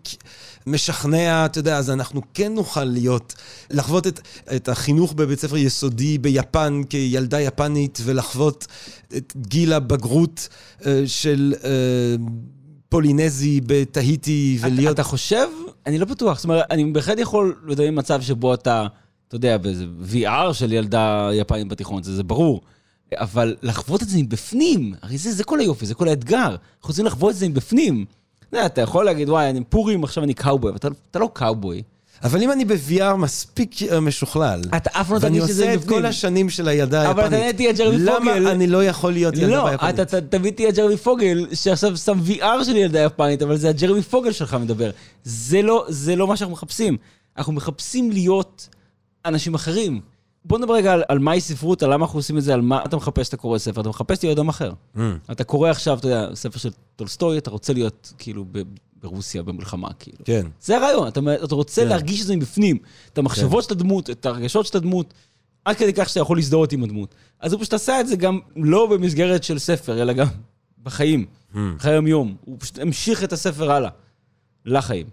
משכנע, אתה יודע, אז אנחנו כן נוכל לחוות את החינוך בבית ספר יסודי ביפן כילדה יפנית, ולחוות את גיל הבגרות של פולינזי בתהיטי, ולהיות... אתה חושב? אני לא בטוח. זאת אומרת, אני בהחלט יכול לדמיין מצב שבו אתה אתה יודע, באיזה VR של ילדה יפנית בתיכון, זה ברור. אבל לחוות את זה מבפנים, הרי זה כל היופי, זה כל האתגר. אנחנו רוצים לחוות את זה מבפנים. אתה יכול להגיד, וואי, אני פורים, עכשיו אני קאובוי, אבל אתה לא קאובוי. אבל אם אני ב-VR מספיק משוכלל, אתה אף לא ואני תגיד שזה עושה את מבפנים. כל השנים של הילדה היפנית, אבל אתה תהיה ג'רמי פוגל. למה אני לא יכול להיות ילדה לא, ביפנית? אתה תמיד תהיה ג'רמי פוגל, שעכשיו שם VR של ילדה יפנית, אבל זה הג'רמי פוגל שלך מדבר. זה לא מה שאנחנו מחפשים. אנחנו מחפשים להיות אנשים אחרים. בוא נדבר רגע על מהי ספרות, על למה אנחנו עושים את זה, על מה אתה מחפש, אתה קורא ספר, אתה מחפש להיות אדם אחר. אתה קורא עכשיו, אתה יודע, ספר של טולסטוי, אתה רוצה להיות כאילו ברוסיה, במלחמה, כאילו. כן. זה הרעיון, אתה רוצה להרגיש את זה מבפנים, את המחשבות של הדמות, את הרגשות של הדמות, עד כדי כך שאתה יכול להזדהות עם הדמות. אז הוא פשוט עשה את זה גם לא במסגרת של ספר, אלא גם בחיים, חיי יום. הוא פשוט המשיך את הספר הלאה, לחיים.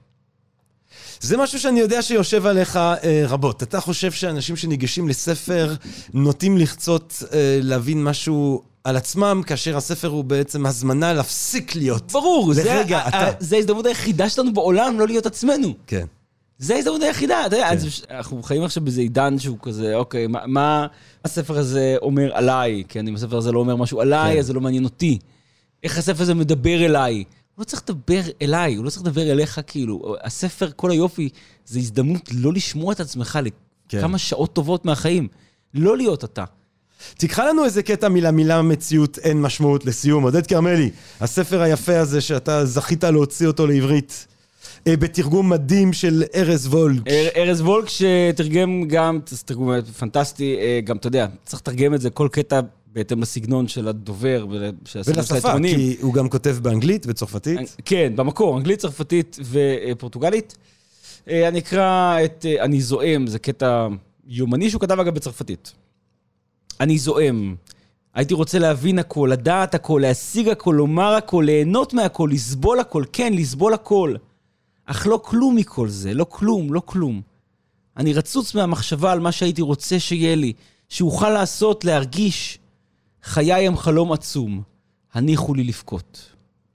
זה משהו שאני יודע שיושב עליך רבות. אתה חושב שאנשים שניגשים לספר נוטים לחצות להבין משהו על עצמם, כאשר הספר הוא בעצם הזמנה להפסיק להיות. ברור, לרגע, זה ההזדמנות היחידה שלנו בעולם לא להיות עצמנו. כן. זה ההזדמנות היחידה. אתה יודע, אנחנו חיים עכשיו באיזה עידן שהוא כזה, אוקיי, מה הספר הזה אומר עליי? כן, אם הספר הזה לא אומר משהו עליי, אז זה לא מעניין אותי. איך הספר הזה מדבר אליי? הוא לא צריך לדבר אליי, הוא לא צריך לדבר אליך, כאילו. הספר, כל היופי, זה הזדמנות לא לשמוע את עצמך לכמה שעות טובות מהחיים. לא להיות אתה. תקחה לנו איזה קטע מילה מציאות אין משמעות לסיום. עודד כרמלי, הספר היפה הזה שאתה זכית להוציא אותו לעברית, בתרגום מדהים של ארז וולק. ארז וולק שתרגם גם, תרגום פנטסטי, גם, אתה יודע, צריך לתרגם את זה, כל קטע בהתאם לסגנון של הדובר ולשפה, כי הוא גם כותב באנגלית וצרפתית. כן, במקור, אנגלית, צרפתית ופורטוגלית. אני אקרא את אני זועם, זה קטע יומני שהוא כתב אגב בצרפתית. אני זועם. הייתי רוצה להבין הכל, לדעת הכל, להשיג הכל, לומר הכל, ליהנות מהכל, לסבול הכל, כן, לסבול הכל. אך לא כלום מכל זה, לא כלום, לא כלום. אני רצוץ מהמחשבה על מה שהייתי רוצה שיהיה לי, שאוכל לעשות, להרגיש. חיי הם חלום עצום, הניחו לי לבכות.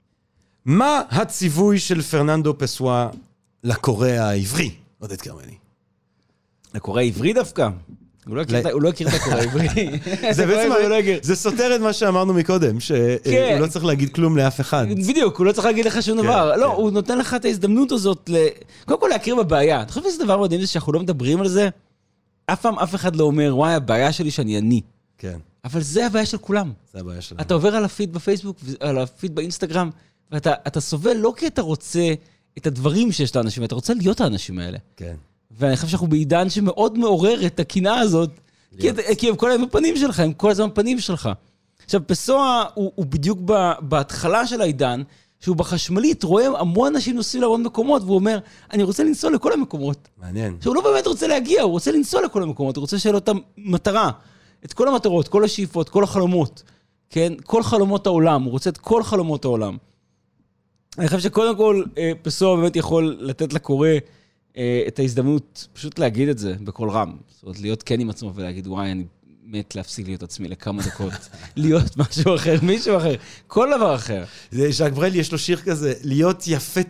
מה הציווי של פרננדו פסואה לקורא העברי, עודד כרמלי? לקורא העברי דווקא? הוא לא הכיר את הקורא העברי. זה בעצם, זה סותר את מה שאמרנו מקודם, שהוא לא צריך להגיד כלום לאף אחד. בדיוק, הוא לא צריך להגיד לך שום דבר. לא, הוא נותן לך את ההזדמנות הזאת, קודם כל להכיר בבעיה. אתה חושב שזה דבר מדהים שאנחנו לא מדברים על זה? אף פעם אף אחד לא אומר, וואי, הבעיה שלי שאני אני. כן. אבל זה הבעיה של כולם. זה הבעיה שלנו. אתה עובר על הפיד בפייסבוק, על הפיד באינסטגרם, ואתה סובל לא כי אתה רוצה את הדברים שיש לאנשים, אתה רוצה להיות האנשים האלה. כן. ואני חושב שאנחנו בעידן שמאוד מעורר את הקנאה הזאת, כי הם כל הזמן בפנים שלך, הם כל הזמן בפנים שלך. עכשיו, פסואה הוא בדיוק בהתחלה של העידן, שהוא בחשמלית רואה המון אנשים נוסעים להמון מקומות, והוא אומר, אני רוצה לנסוע לכל המקומות. מעניין. שהוא לא באמת רוצה להגיע, הוא רוצה לנסוע לכל המקומות, הוא רוצה שיהיה לו את המטרה, את כל המטרות, כל השאיפות, כל החלומות, כן? כל חלומות העולם, הוא רוצה את כל חלומות העולם. אני חושב שקודם כל, פסואה באמת יכול לתת לקורא את ההזדמנות פשוט להגיד את זה בכל רם. זאת אומרת, להיות כן עם עצמו ולהגיד, וואי, אני מת להפסיק להיות עצמי לכמה דקות, להיות משהו אחר, מישהו אחר, כל דבר אחר. ז'אק ברל יש לו שיר כזה, להיות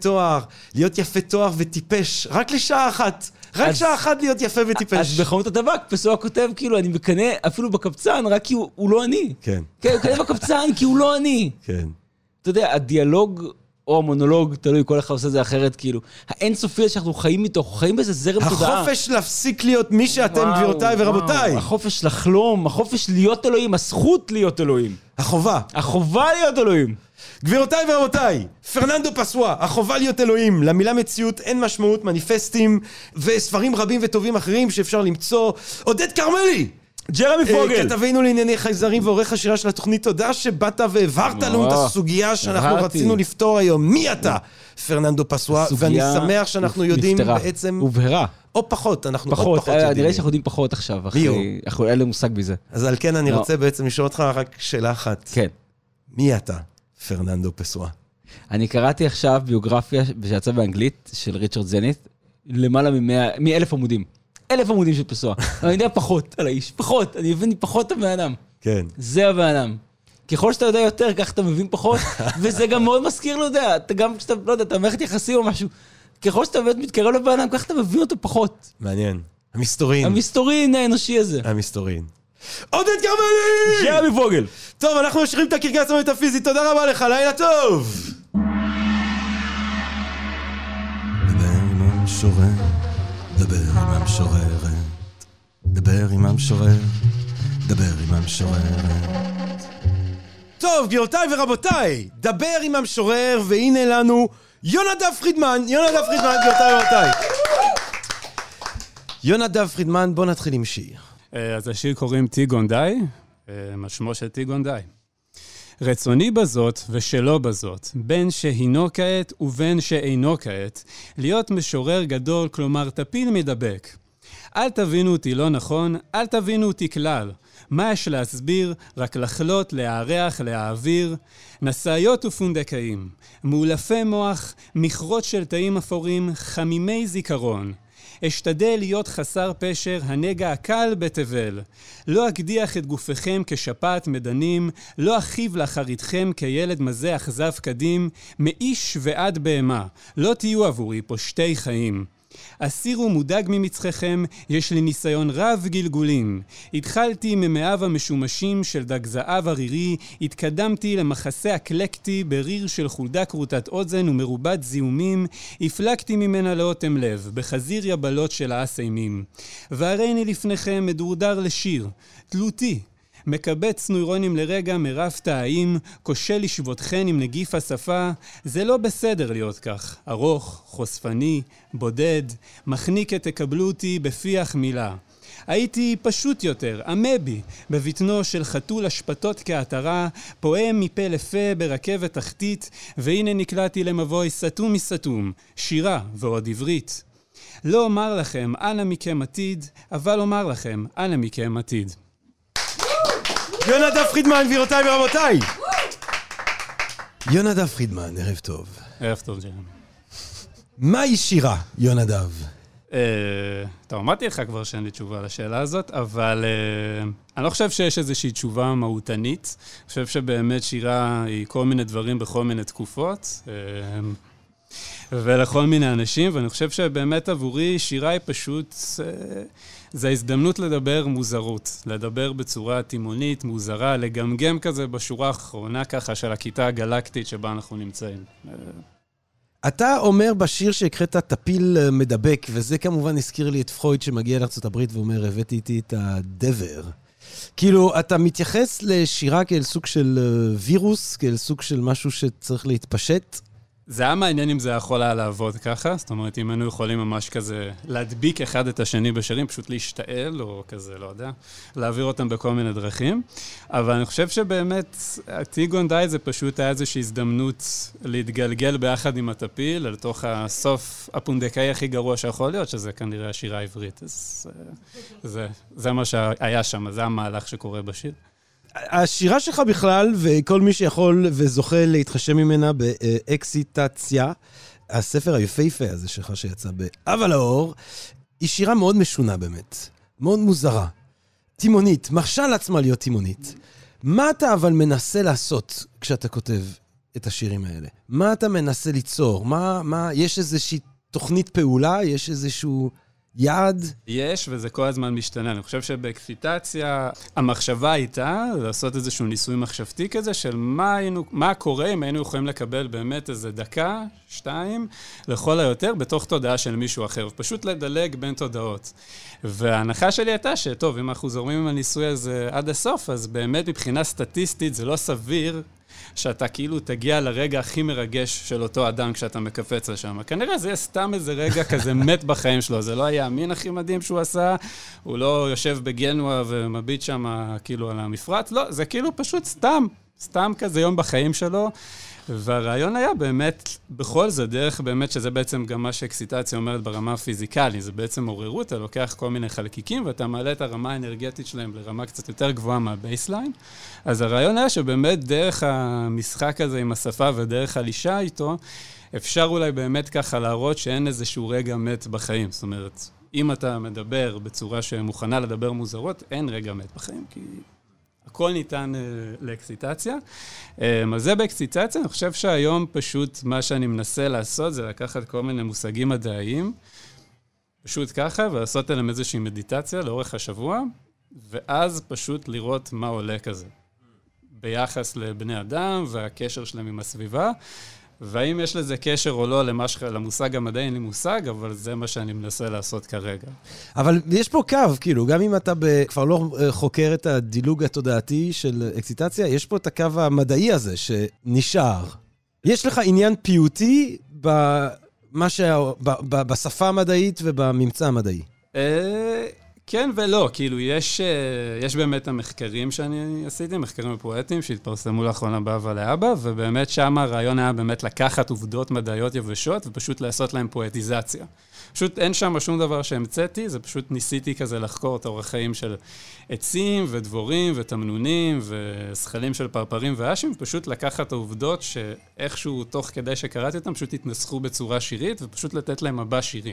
יפה תואר וטיפש, רק לשעה אחת. רק שעה אחת להיות יפה וטיפש. אז בחנות הטבק, פסואה כותב, כאילו, אני מקנה אפילו בקבצן, רק כי הוא לא אני. כן. כן, הוא מקנה בקבצן כי הוא לא אני. כן. אתה יודע, הדיאלוג או המונולוג, תלוי, כל אחד עושה זה אחרת, כאילו. האינסופי שאנחנו חיים איתו, אנחנו חיים באיזה זרם תודעה. החופש להפסיק להיות מי שאתם, גבירותיי ורבותיי. החופש לחלום, החופש להיות אלוהים, הזכות להיות אלוהים. החובה להיות אלוהים. גבירותיי ורבותיי, פרננדו פסואה, החובה להיות אלוהים, למילה מציאות אין משמעות, מניפסטים וספרים רבים וטובים אחרים שאפשר למצוא. עודד כרמלי! ג'רמי פוגל. כתבינו לענייני חייזרים ועורך השירה של התוכנית, תודה שבאת והעברת לנו את הסוגיה שאנחנו רצינו לפתור היום. מי אתה? פרננדו פסואה, ואני שמח שאנחנו יודעים בעצם... הובהרה. או פחות, אנחנו עוד פחות יודעים. נראה שאנחנו יודעים פחות עכשיו, אין לי מושג בזה. אז על כן אני רוצה בעצם לשאול אותך רק שאלה אחת. כן. מי אתה, פרננדו פסואה? אני קראתי עכשיו ביוגרפיה שיצאה באנגלית של ריצ'רד זנית, למעלה מ-1,000 עמודים. 1,000 עמודים של פסואה. אני יודע פחות על האיש, פחות, אני מבין פחות את הבן אדם. כן. זה הבן אדם. ככל שאתה יודע יותר, כך אתה מבין פחות, וזה גם מאוד מזכיר, לא יודע, אתה גם כשאתה, לא יודע, אתה מערכת יחסים או משהו, ככל שאתה באמת מתקרב לבן אדם, כך אתה מבין אותו פחות. מעניין. המסתורין. המסתורין האנושי הזה. המסתורין. עודד כרמלי! ג'רמי פוגל. טוב, אנחנו משאירים את הקרקס המטאפיזית, תודה רבה לך, לילה טוב! דבר עם המשורר, דבר עם המשוררת, דבר עם המשורר, דבר עם המשוררת. טוב, גבירותיי ורבותיי, דבר עם המשורר, והנה לנו יונדב פרידמן, גבירותיי ורבותיי. יונדב פרידמן, בוא נתחיל עם שיר. אז השיר קוראים טיגון די, משמו של טיגון די. רצוני בזאת ושלא בזאת, בין שהינו כעת ובין שאינו כעת, להיות משורר גדול, כלומר טפיל מדבק. אל תבינו אותי לא נכון, אל תבינו אותי כלל. מה יש להסביר? רק לחלות, להערך, להעביר. נסעיות ופונדקאים, מאולפי מוח, מכרות של תאים אפורים, חמימי זיכרון. אשתדל להיות חסר פשר, הנגע הקל בתבל. לא אקדיח את גופכם כשפעת מדנים, לא אחיב לאחריתכם כילד מזה אכזב קדים, מאיש ועד בהמה, לא תהיו עבורי פושטי חיים. אסירו מודאג ממצחכם, יש לי ניסיון רב גלגולים. התחלתי ממאיו המשומשים של דג זהב ערירי, התקדמתי למחסה אקלקטי בריר של חולדה קרוטת אוזן ומרובת זיהומים, הפלקתי ממנה לאותם לב, בחזיר יבלות של האסיימים. והריני לפניכם מדורדר לשיר, תלותי. מקבץ נוירונים לרגע מרף תאים, כושל לשבותכן עם נגיף השפה, זה לא בסדר להיות כך, ארוך, חושפני, בודד, מחניק את תקבלו אותי בפיח מילה. הייתי פשוט יותר, אמבי, בבטנו של חתול השפטות כעטרה, פועם מפה לפה ברכבת תחתית, והנה נקלעתי למבוי סתום מסתום, שירה ועוד עברית. לא אומר לכם, אנא מכם עתיד, אבל אומר לכם, אנא מכם עתיד. יונדב פרידמן, גבירותיי ורבותיי. יונדב פרידמן, ערב טוב. ערב טוב, ג'רמי. מהי שירה, יונדב? טוב, אמרתי לך כבר שאין לי תשובה לשאלה הזאת, אבל אני לא חושב שיש איזושהי תשובה מהותנית. אני חושב שבאמת שירה היא כל מיני דברים בכל מיני תקופות, ולכל מיני אנשים, ואני חושב שבאמת עבורי שירה היא פשוט... זה ההזדמנות לדבר מוזרות, לדבר בצורה תימונית, מוזרה, לגמגם כזה בשורה האחרונה ככה של הכיתה הגלקטית שבה אנחנו נמצאים. אתה אומר בשיר שהקראת טפיל מדבק, וזה כמובן הזכיר לי את פרויד שמגיע לארצות הברית ואומר, הבאתי איתי את הדבר. כאילו, אתה מתייחס לשירה כאל סוג של וירוס, כאל סוג של משהו שצריך להתפשט? זה היה מעניין אם זה יכול היה לעבוד ככה, זאת אומרת, אם היינו יכולים ממש כזה להדביק אחד את השני בשירים, פשוט להשתעל או כזה, לא יודע, להעביר אותם בכל מיני דרכים. אבל אני חושב שבאמת, טיגון די זה פשוט היה איזושהי הזדמנות להתגלגל ביחד עם הטפיל, לתוך הסוף הפונדקאי הכי גרוע שיכול להיות, שזה כנראה השירה העברית. אז זה מה שהיה שם, זה המהלך שקורה בשיר. השירה שלך בכלל, וכל מי שיכול וזוכה להתחשם ממנה באקסיטציה, הספר היפהפה הזה שלך שיצא באבל האור, היא שירה מאוד משונה באמת, מאוד מוזרה, תימונית, מרשה לעצמה להיות תימונית. מה אתה אבל מנסה לעשות כשאתה כותב את השירים האלה? מה אתה מנסה ליצור? יש איזושהי תוכנית פעולה? יש איזשהו... יעד? יש, וזה כל הזמן משתנה. אני חושב שבאקסיטציה, המחשבה הייתה לעשות איזשהו ניסוי מחשבתי כזה, של מה קורה אם היינו יכולים לקבל באמת איזה דקה, 2, לכל היותר, בתוך תודעה של מישהו אחר. פשוט לדלג בין תודעות. וההנחה שלי הייתה שטוב, אם אנחנו זורמים עם הניסוי הזה עד הסוף, אז באמת מבחינה סטטיסטית זה לא סביר, שאתה כאילו תגיע לרגע הכי מרגש של אותו אדם כשאתה מקפץ לשם. כנראה זה יהיה סתם איזה רגע כזה מת בחיים שלו. זה לא היה המין הכי מדהים שהוא עשה, הוא לא יושב בגנוע ומביט שם כאילו על המפרט. לא, זה כאילו פשוט סתם כזה יום בחיים שלו. והרעיון היה באמת, בכל זה דרך באמת שזה בעצם גם מה שאקסיטציה אומרת ברמה הפיזיקלית, זה בעצם עוררות, אתה לוקח כל מיני חלקיקים ואתה מעלה את הרמה האנרגטית שלהם לרמה קצת יותר גבוהה מהבייסליין. אז הרעיון היה שבאמת דרך המשחק הזה עם השפה ודרך הלישה איתו, אפשר אולי באמת ככה להראות שאין איזשהו רגע מת בחיים. זאת אומרת, אם אתה מדבר בצורה שמוכנה לדבר מוזרות, אין רגע מת בחיים, כי... הכל ניתן לאקסיטציה. אז זה באקסיטציה, אני חושב שהיום פשוט מה שאני מנסה לעשות זה לקחת כל מיני מושגים מדעיים, פשוט ככה, ולעשות עליהם איזושהי מדיטציה לאורך השבוע, ואז פשוט לראות מה עולה כזה. ביחס לבני אדם והקשר שלהם עם הסביבה, והאם יש לזה קשר או לא למושג המדעי, אין לי מושג, אבל זה מה שאני מנסה לעשות כרגע. אבל יש פה קו, כאילו, גם אם אתה כבר לא חוקר את הדילוג התודעתי של אקסיטציה, יש פה את הקו המדעי הזה שנשאר. יש לך עניין פיוטי בשפה המדעית ובממצא המדעי. כן ולא, כאילו יש באמת המחקרים שאני עשיתי, מחקרים פואטיים שהתפרסמו לאחרונה באבא לאבא, ובאמת שם הרעיון היה באמת לקחת עובדות מדעיות יבשות ופשוט לעשות להם פואטיזציה. פשוט אין שם שום דבר שהמצאתי, זה פשוט ניסיתי כזה לחקור את אורח חיים של עצים ודבורים ותמנונים ושכלים של פרפרים ואשים, פשוט לקחת העובדות שאיכשהו תוך כדי שקראתי אותם פשוט התנסחו בצורה שירית ופשוט לתת להם מבע שירי.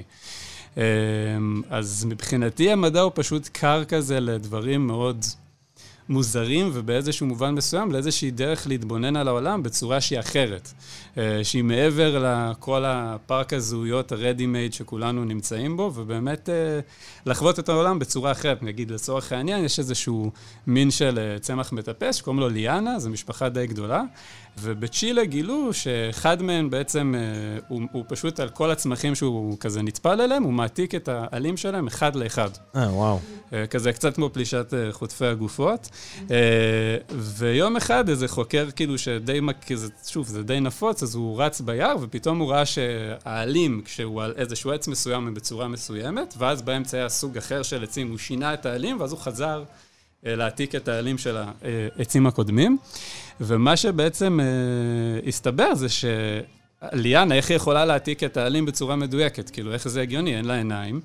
אז מבחינתי המדע הוא פשוט קר כזה לדברים מאוד מוזרים, ובאיזשהו מובן מסוים, לאיזושהי דרך להתבונן על העולם בצורה שהיא אחרת. שהיא מעבר לכל הפארק הזהויות, ה-ready-made שכולנו נמצאים בו, ובאמת לחוות את העולם בצורה אחרת. נגיד, לצורך העניין, יש איזשהו מין של צמח מטפס, שקוראים לו ליאנה, זו משפחה די גדולה, ובצ'ילה גילו שאחד מהם בעצם, הוא פשוט על כל הצמחים שהוא כזה נטפל אליהם, הוא מעתיק את העלים שלהם אחד לאחד. וואו. כזה קצת כמו פלישת חוטפי הגופות. ויום אחד איזה חוקר כאילו שדי, שוב, זה די נפוץ, אז הוא רץ ביער, ופתאום הוא ראה שהעלים, כשהוא על איזשהו עץ מסוים, הם בצורה מסוימת, ואז באמצע היה סוג אחר של עצים, הוא שינה את העלים, ואז הוא חזר להעתיק את העלים של העצים הקודמים. ומה שבעצם הסתבר זה ליאנה, איך היא יכולה להעתיק את העלים בצורה מדויקת? כאילו, איך זה הגיוני? אין לה עיניים.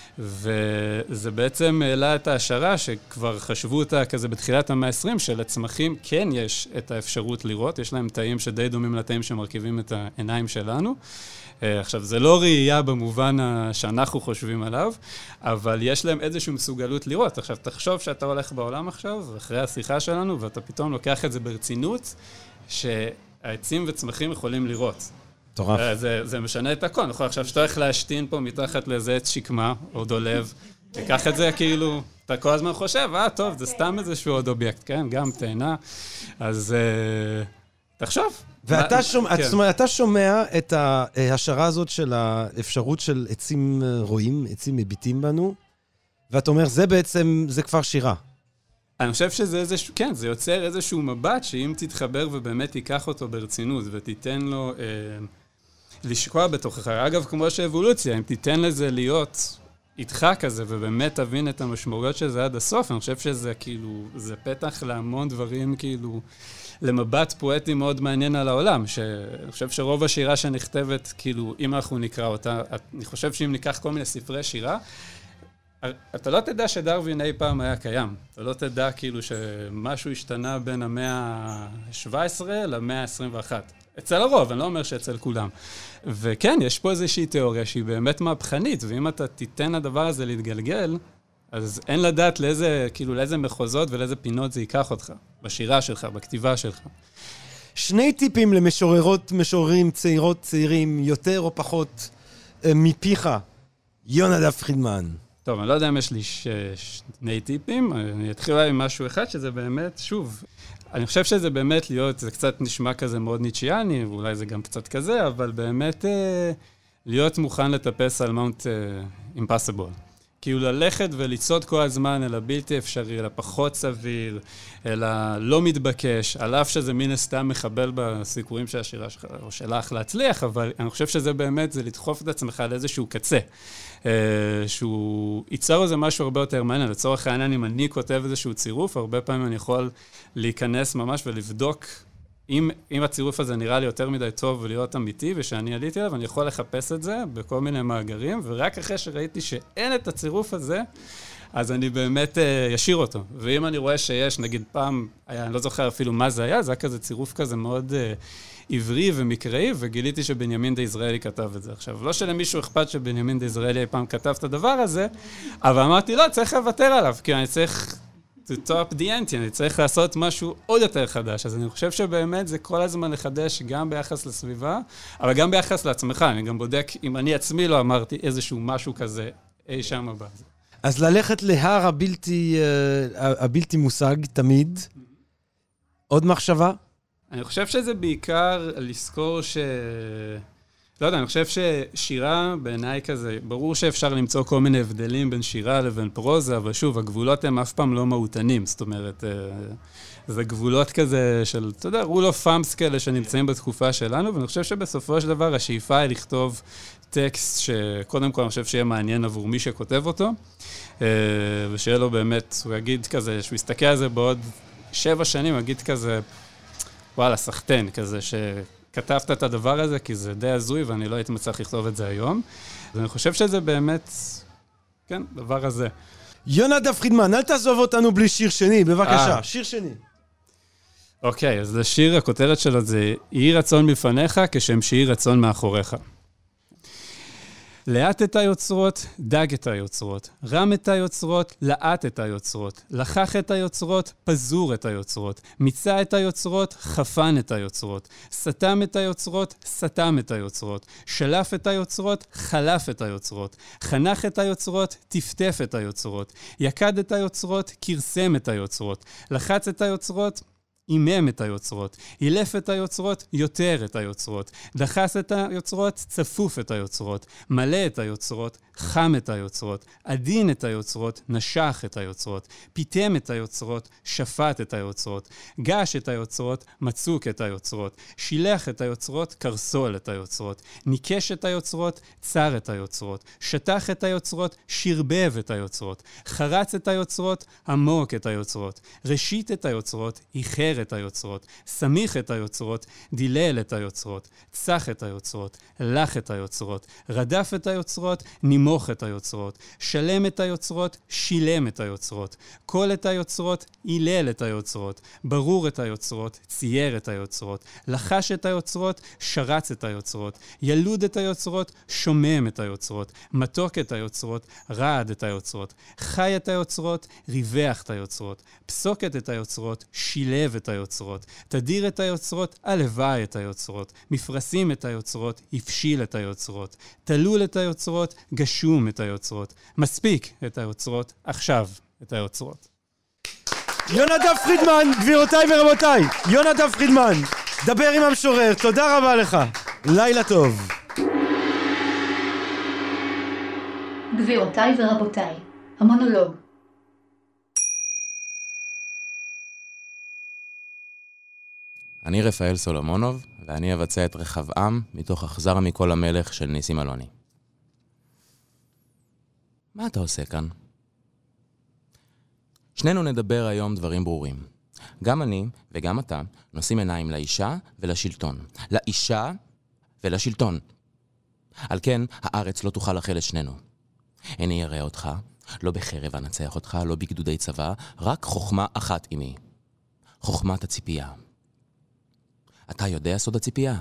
וזה בעצם העלה את ההשערה שכבר חשבו אותה כזה בתחילת המאה ה-20, שלצמחים כן יש את האפשרות לראות, יש להם תאים שדי דומים לתאים שמרכיבים את העיניים שלנו. עכשיו, זה לא ראייה במובן שאנחנו חושבים עליו, אבל יש להם איזושהי מסוגלות לראות. עכשיו, תחשוב שאתה הולך בעולם עכשיו, אחרי השיחה שלנו, ואתה פתאום לוקח את זה ברצינות, שהעצים וצמחים יכולים לראות. טורף. זה משנה את הכל, נכון? עכשיו שאתה הולך להשתין פה מתחת לאיזה עץ שקמה, או דולב, תיקח את זה כאילו, אתה כל הזמן חושב, טוב, זה סתם איזשהו עוד אובייקט, כן? גם תהנה. אז תחשוב. ואתה שומע את ההשערה הזאת של האפשרות של עצים רואים, עצים מביטים בנו, ואתה אומר, זה בעצם, זה כבר שירה. אני חושב שזה איזשהו, כן, זה יוצר איזשהו מבט, שאם תתחבר ובאמת תיקח אותו ברצינות, ותיתן לו לשקוע בתוכך. אגב, כמו שאבולוציה, אם תיתן לזה להיות איתך כזה, ובאמת תבין את המשמעויות של זה עד הסוף, אני חושב שזה כאילו, זה פתח להמון דברים כאילו, למבט פואטי מאוד מעניין על העולם, שאני חושב שרוב השירה שנכתבת, כאילו, אם אנחנו נקרא אותה, אני חושב שאם ניקח כל מיני ספרי שירה, אתה לא תדע שדרווין אי פעם היה קיים. אתה לא תדע כאילו שמשהו השתנה בין המאה ה-17 למאה ה-21. אצל הרוב, אני לא אומר שאצל כולם. וכן, יש פה איזושהי תיאוריה שהיא באמת מהפכנית, ואם אתה תיתן לדבר הזה להתגלגל, אז אין לדעת לאיזה, כאילו, לאיזה מחוזות ולאיזה פינות זה ייקח אותך, בשירה שלך, בכתיבה שלך. שני טיפים למשוררות, משוררים, צעירות, צעירים, יותר או פחות מפיך, יונדב פרידמן. טוב, אני לא יודע אם יש לי שני טיפים, אני אתחיל עם משהו אחד שזה באמת, שוב, אני חושב שזה באמת להיות, זה קצת נשמע כזה מאוד ניטשיאני, ואולי זה גם קצת כזה, אבל באמת להיות מוכן לטפס על מאונט אימפסיבול. כאילו ללכת ולצעוד כל הזמן אל הבלתי אפשרי, אל הפחות סביר, אל הלא מתבקש, על אף שזה מן הסתם מחבל בסיכויים של השירה שלך, או שלך להצליח, אבל אני חושב שזה באמת, זה לדחוף את עצמך לאיזשהו קצה, שהוא ייצר איזה משהו הרבה יותר מעניין. לצורך העניין, אם אני כותב איזשהו צירוף, הרבה פעמים אני יכול להיכנס ממש ולבדוק, אם הצירוף הזה נראה לי יותר מדי טוב ולהיות אמיתי, ושאני עליתי עליו, אני יכול לחפש את זה בכל מיני מאגרים, ורק אחרי שראיתי שאין את הצירוף הזה, אז אני באמת ישיר אותו. ואם אני רואה שיש, נגיד פעם, אני לא זוכר אפילו מה זה היה, זה היה כזה צירוף כזה מאוד עברי ומקראי, וגיליתי שבנימין דה יזרעאלי כתב את זה. עכשיו, לא שלמישהו אכפת שבנימין דה יזרעאלי אי פעם כתב את הדבר הזה, אבל אמרתי, לא, צריך לוותר עליו, כי אני צריך to top the ante, אני צריך לעשות משהו עוד יותר חדש. אז אני חושב שבאמת זה כל הזמן לחדש גם ביחס לסביבה, אבל גם ביחס לעצמך. אני גם בודק, אם אני עצמי לא אמרתי איזשהו משהו כזה אי שם הבא. אז ללכת להר הבלתי מושג תמיד. עוד מחשבה? אני חושב שזה בעיקר לזכור לא יודע, אני חושב ששירה בעיניי כזה, ברור שאפשר למצוא כל מיני הבדלים בין שירה לבין פרוזה, אבל שוב, הגבולות הם אף פעם לא מהותנים, זאת אומרת, זה גבולות כזה של, אתה יודע, רול אוף פאמס כאלה שנמצאים בתקופה שלנו, ואני חושב שבסופו של דבר השאיפה היא לכתוב טקסט שקודם כל אני חושב שיהיה מעניין עבור מי שכותב אותו, ושיהיה לו באמת, הוא יגיד כזה, שהוא יסתכל על זה בעוד 7 שנים, הוא יגיד כזה, וואלה, סחטן, כזה שכתבת את הדבר הזה, כי זה די הזוי, ואני לא הייתי מצליח לכתוב את זה היום. ואני חושב שזה באמת, כן, דבר הזה. יונדב פרידמן, אל תעזוב אותנו בלי שיר שני, בבקשה, שיר שני. אוקיי, אז לשיר, הכותרת שלו זה, יהי רצון מפניך כשם שיהי רצון מאחוריך. לאט את היוצרות, דג את היוצרות, רם את היוצרות, לאט את היוצרות, לחך את היוצרות, פזור את היוצרות, מיצה את היוצרות, חפן את היוצרות, סתם את היוצרות, סתם את היוצרות, שלף את היוצרות, חלף את היוצרות, חנך את היוצרות, טפטף את היוצרות, יקד את היוצרות, קרסם את היוצרות, לחץ את היוצרות, אימם את היוצרות, אילף את היוצרות, יותר את היוצרות, דחס את היוצרות, צפוף את היוצרות, מלא את היוצרות, חם את היוצרות, עדין את היוצרות, נשך את היוצרות, פיתם את היוצרות, שפט את היוצרות, גש את היוצרות, מצוק את היוצרות, שילח את היוצרות, קרסול את היוצרות, ניקש את היוצרות, צר את היוצרות, שטח את היוצרות, שרבב את היוצרות, חרץ את היוצרות, עמוק את היוצרות, ראשית את היוצרות, איחר את היוצרות, סמיך את היוצרות, דילל את היוצרות, צח את היוצרות, לח את היוצרות, רדף את היוצרות, נימוך את היוצרות, שלם את היוצרות, שילם את היוצרות, קול את היוצרות, אילל את היוצרות, ברור את היוצרות, צייר את היוצרות, לחש את היוצרות, שרץ את היוצרות, ילוד את היוצרות, שומם את היוצרות, מתוק את היוצרות, רעד את היוצרות, חי את היוצרות, ריווח את היוצרות, פסוקת את היוצרות, שילב את היוצרות, תדיר את היוצרות, הלוואי את היוצרות, מפרסים את היוצרות, הפשיל את היוצרות, תלול את היוצרות, גשום את היוצרות, מספיק את היוצרות, עכשיו את היוצרות. יונדב פרידמן, גבירותיי ורבותיי, יונדב פרידמן, דבר עם המשורר, תודה רבה לך, לילה טוב. גבירותיי ורבותיי, המונולוג. אני רפאל סולומונוב, ואני אבצע את רחבעם מתוך אכזר מכל המלך של ניסים אלוני. מה אתה עושה כאן? שנינו נדבר היום דברים ברורים. גם אני וגם אתה נושאים עיניים לאישה ולשלטון. לאישה ולשלטון. על כן, הארץ לא תוכל לחל את שנינו. איני אראה אותך, לא בחרב אנצח אותך, לא בגדודי צבא, רק חוכמה אחת עימי. חוכמת הציפייה. אתה יודע סוד הציפייה?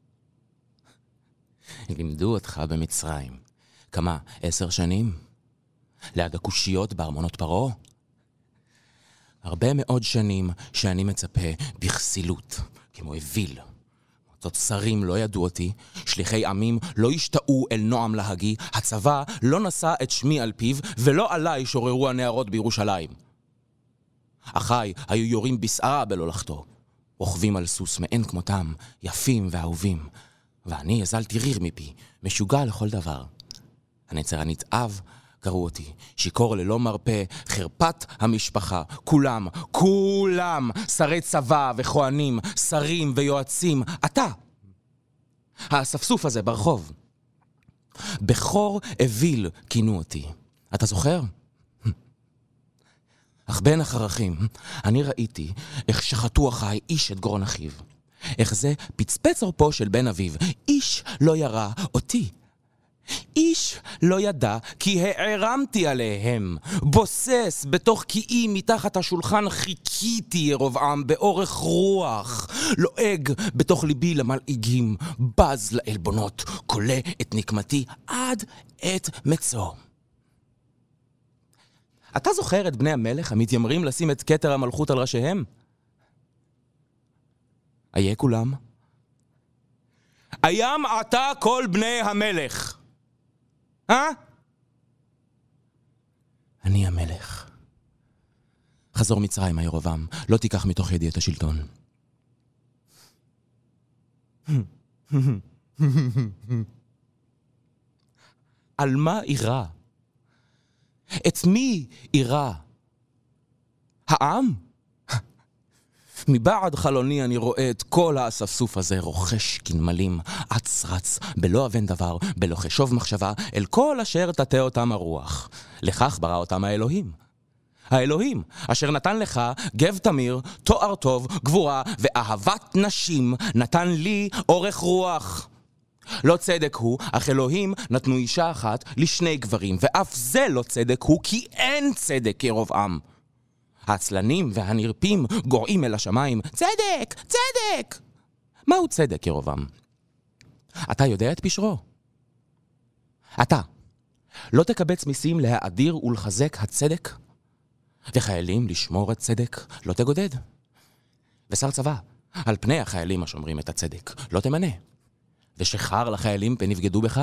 לימדו אותך במצרים. כמה? 10 שנים? ליד הקושיות בארמונות פרעה? הרבה מאוד שנים שאני מצפה בכסילות, כמו אוויל. מוצאות שרים לא ידעו אותי, שליחי עמים לא השתאו אל נועם להגי, הצבא לא נשא את שמי על פיו, ולא עליי שוררו הנערות בירושלים. אחי היו יורים בסערה בלולחתו, רוכבים על סוס מאין כמותם, יפים ואהובים, ואני הזלתי ריר מפי, משוגע לכל דבר. הנצר הנתאב קראו אותי, שיקור ללא מרפא, חרפת המשפחה, כולם, שרי צבא וכהנים, שרים ויועצים, אתה, האספסוף הזה ברחוב. בכור אוויל כינו אותי, אתה זוכר? אך בין החרכים, אני ראיתי איך שחטו אחי איש את גרון אחיו. איך זה פצפץ עורפו של בן אביו, איש לא ירא אותי. איש לא ידע כי הערמתי עליהם, בוסס בתוך קיאי מתחת השולחן חיכיתי ירובעם באורך רוח, לועג בתוך ליבי למלעיגים, בז לעלבונות, קולה את נקמתי עד את מצוא. אתה זוכר את בני המלך המתיימרים לשים את כתר המלכות על ראשיהם? איה כולם? איים אתה כל בני המלך. אני המלך. חזור מצרים, ירבעם, לא תיקח מתוך ידי את השלטון. על מה אירה? את מי אירה? העם? מבעד חלוני אני רואה את כל האספסוף הזה רוכש כנמלים, אץ רץ, בלא אבן דבר, בלא חשוב מחשבה, אל כל אשר תטה אותם הרוח. לכך ברא אותם האלוהים. האלוהים, אשר נתן לך גב תמיר, תואר טוב, גבורה ואהבת נשים, נתן לי אורך רוח. לא צדק הוא, אך אלוהים נתנו אישה אחת לשני גברים, ואף זה לא צדק הוא, כי אין צדק ירבעם. העצלנים והנרפים גורעים אל השמיים, צדק, צדק! מהו צדק ירבעם? אתה יודע את פשרו? אתה לא תקבץ מיסים להאדיר ולחזק הצדק? וחיילים לשמור הצדק לא תגודד? ושר צבא על פני החיילים השומרים את הצדק לא תמנה? ושחר לחיילים פנבגדו בך?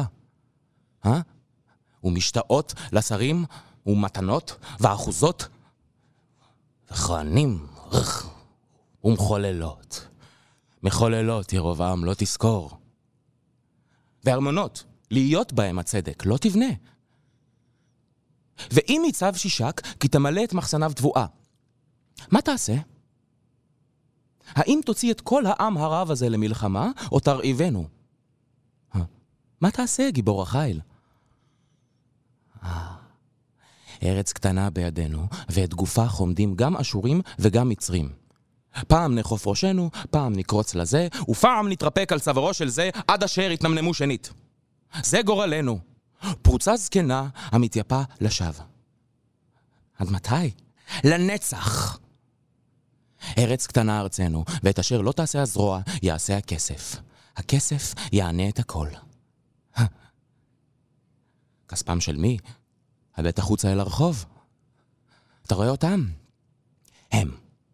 ומשתאות לשרים ומתנות ואחוזות וכהנים ומחוללות. מחוללות ירבעם לא תזכור. וארמונות להיות בהם הצדק לא תבנה. ואם ייצב שישק כי תמלא את מחסניו תבואה, מה תעשה? האם תוציא את כל העם הרב הזה למלחמה או תרעיבנו? מה תעשה גיבור החיל? ארץ קטנה בידינו, ואת גופה חומדים גם אשורים וגם מצרים. פעם נחוף ראשנו, פעם נקרוץ לזה, ופעם נתרפק על צווארו של זה עד אשר יתנמנמו שנית. זה גורלנו, פרוצה זקנה המתייפה לשווא. עד מתי? לנצח. ארץ קטנה ארצנו, ואת אשר לא תעשה הזרוע, יעשה הכסף. הכסף יענה את הכל. כספם של מי? הבט החוצה אל הרחוב. אתה רואה אותם? הם.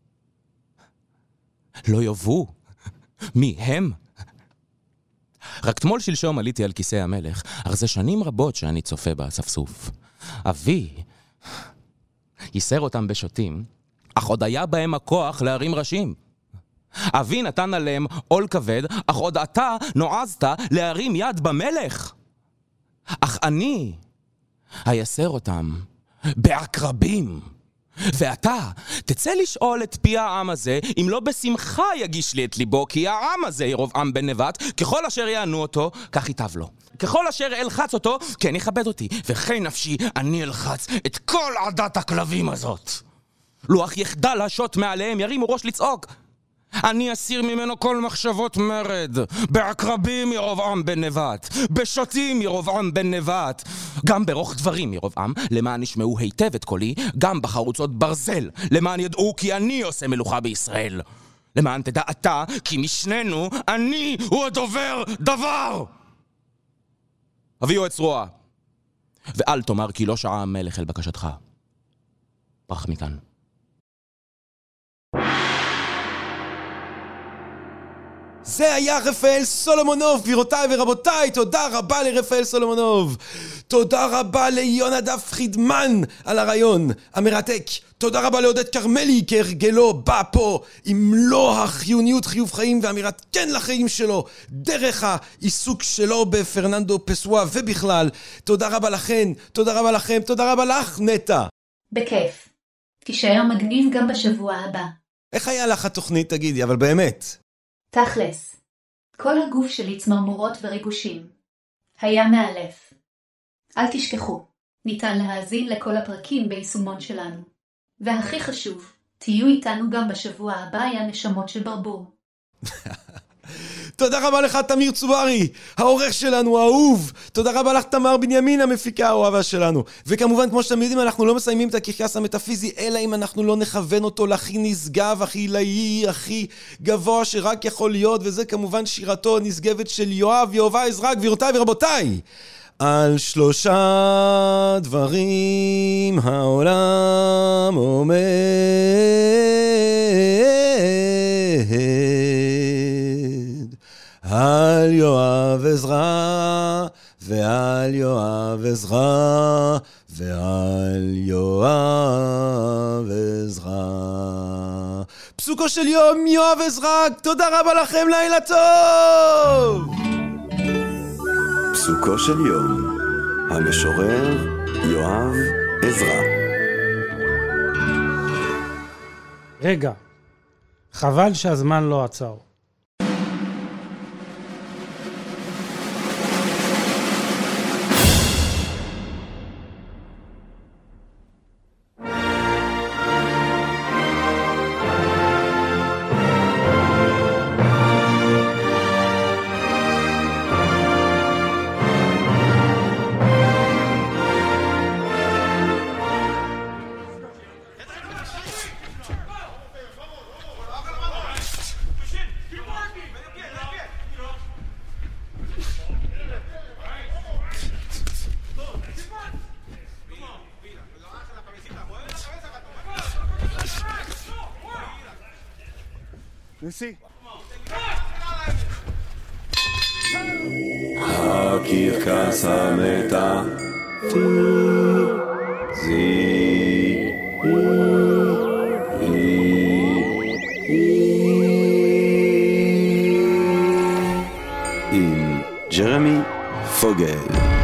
לא יובו. מי הם? רק תמול שלשום עליתי על כיסא המלך, אך זה שנים רבות שאני צופה באספסוף. אבי ייסר אותם בשוטים, אך עוד היה בהם הכוח להרים ראשים. אבי נתן עליהם עול כבד, אך עוד אתה נועזת להרים יד במלך. אך אני היסר אותם בעקרבים. ואתה תצא לשאול את פי העם הזה, אם לא בשמחה יגיש לי את ליבו, כי העם הזה ירבעם בן נבט, ככל אשר יענו אותו, כך ייטב לו. ככל אשר אלחץ אותו, כן יכבד אותי, וכן נפשי אני אלחץ את כל עדת הכלבים הזאת. לוח יחדל השוט מעליהם, ירימו ראש לצעוק. אני אסיר ממנו כל מחשבות מרד. בעקרבים ירבעם בן נבט, בשוטים ירבעם בן נבט, גם ברוך דברים ירבעם, למען ישמעו היטב את קולי, גם בחרוצות ברזל, למען ידעו כי אני עושה מלוכה בישראל. למען תדע אתה כי משנינו אני הוא הדובר דבר. הביאו את זרוע, ואל תאמר כי לא שעה המלך אל בקשתך. ברח מכאן. זה היה רפאל סולומונוב, גבירותיי ורבותיי, תודה רבה לרפאל סולומונוב. תודה רבה ליונדב פרידמן על הרעיון המרתק. תודה רבה לעודד קרמלי, כהרגלו בא פה עם מלוא החיוניות, חיוב חיים ואמירת כן לחיים שלו, דרך העיסוק שלו בפרננדו פסואה ובכלל. תודה רבה לכן, תודה רבה לכם, תודה רבה לך נטע. בכיף. תישאר מגניב גם בשבוע הבא. איך היה לך התוכנית, תגידי, אבל באמת? תכלס. כל הגוף שלי צמרמורות וריגושים. היה מאלף. אל תשכחו, ניתן להאזין לכל הפרקים ביישומון שלנו. והכי חשוב, תהיו איתנו גם בשבוע הבא, היה נשמות של ברבור. תודה רבה לך תמיר צוברי, העורך שלנו האהוב. תודה רבה לך תמר בנימין, המפיקה האוהבה שלנו. וכמובן, כמו שאתם יודעים, אנחנו לא מסיימים את הקרקס המטאפיזי, אלא אם אנחנו לא נכוון אותו להכי נשגב, הכי עילאי, הכי גבוה שרק יכול להיות, וזה כמובן שירתו הנשגבת של יואב יהובה עזרא. גבירותיי ורבותיי, על 3 דברים העולם עומד, על יואב עזרא ועל יואב עזרא ועל יואב פסוקו של יום, יואב עזרא. תודה רבה לכם, לילה טוב! פסוקו של יום, המשורר יואב עזרא. רגע, חבל שהזמן לא עצר. הקרקס עם ג'רמי פוגל.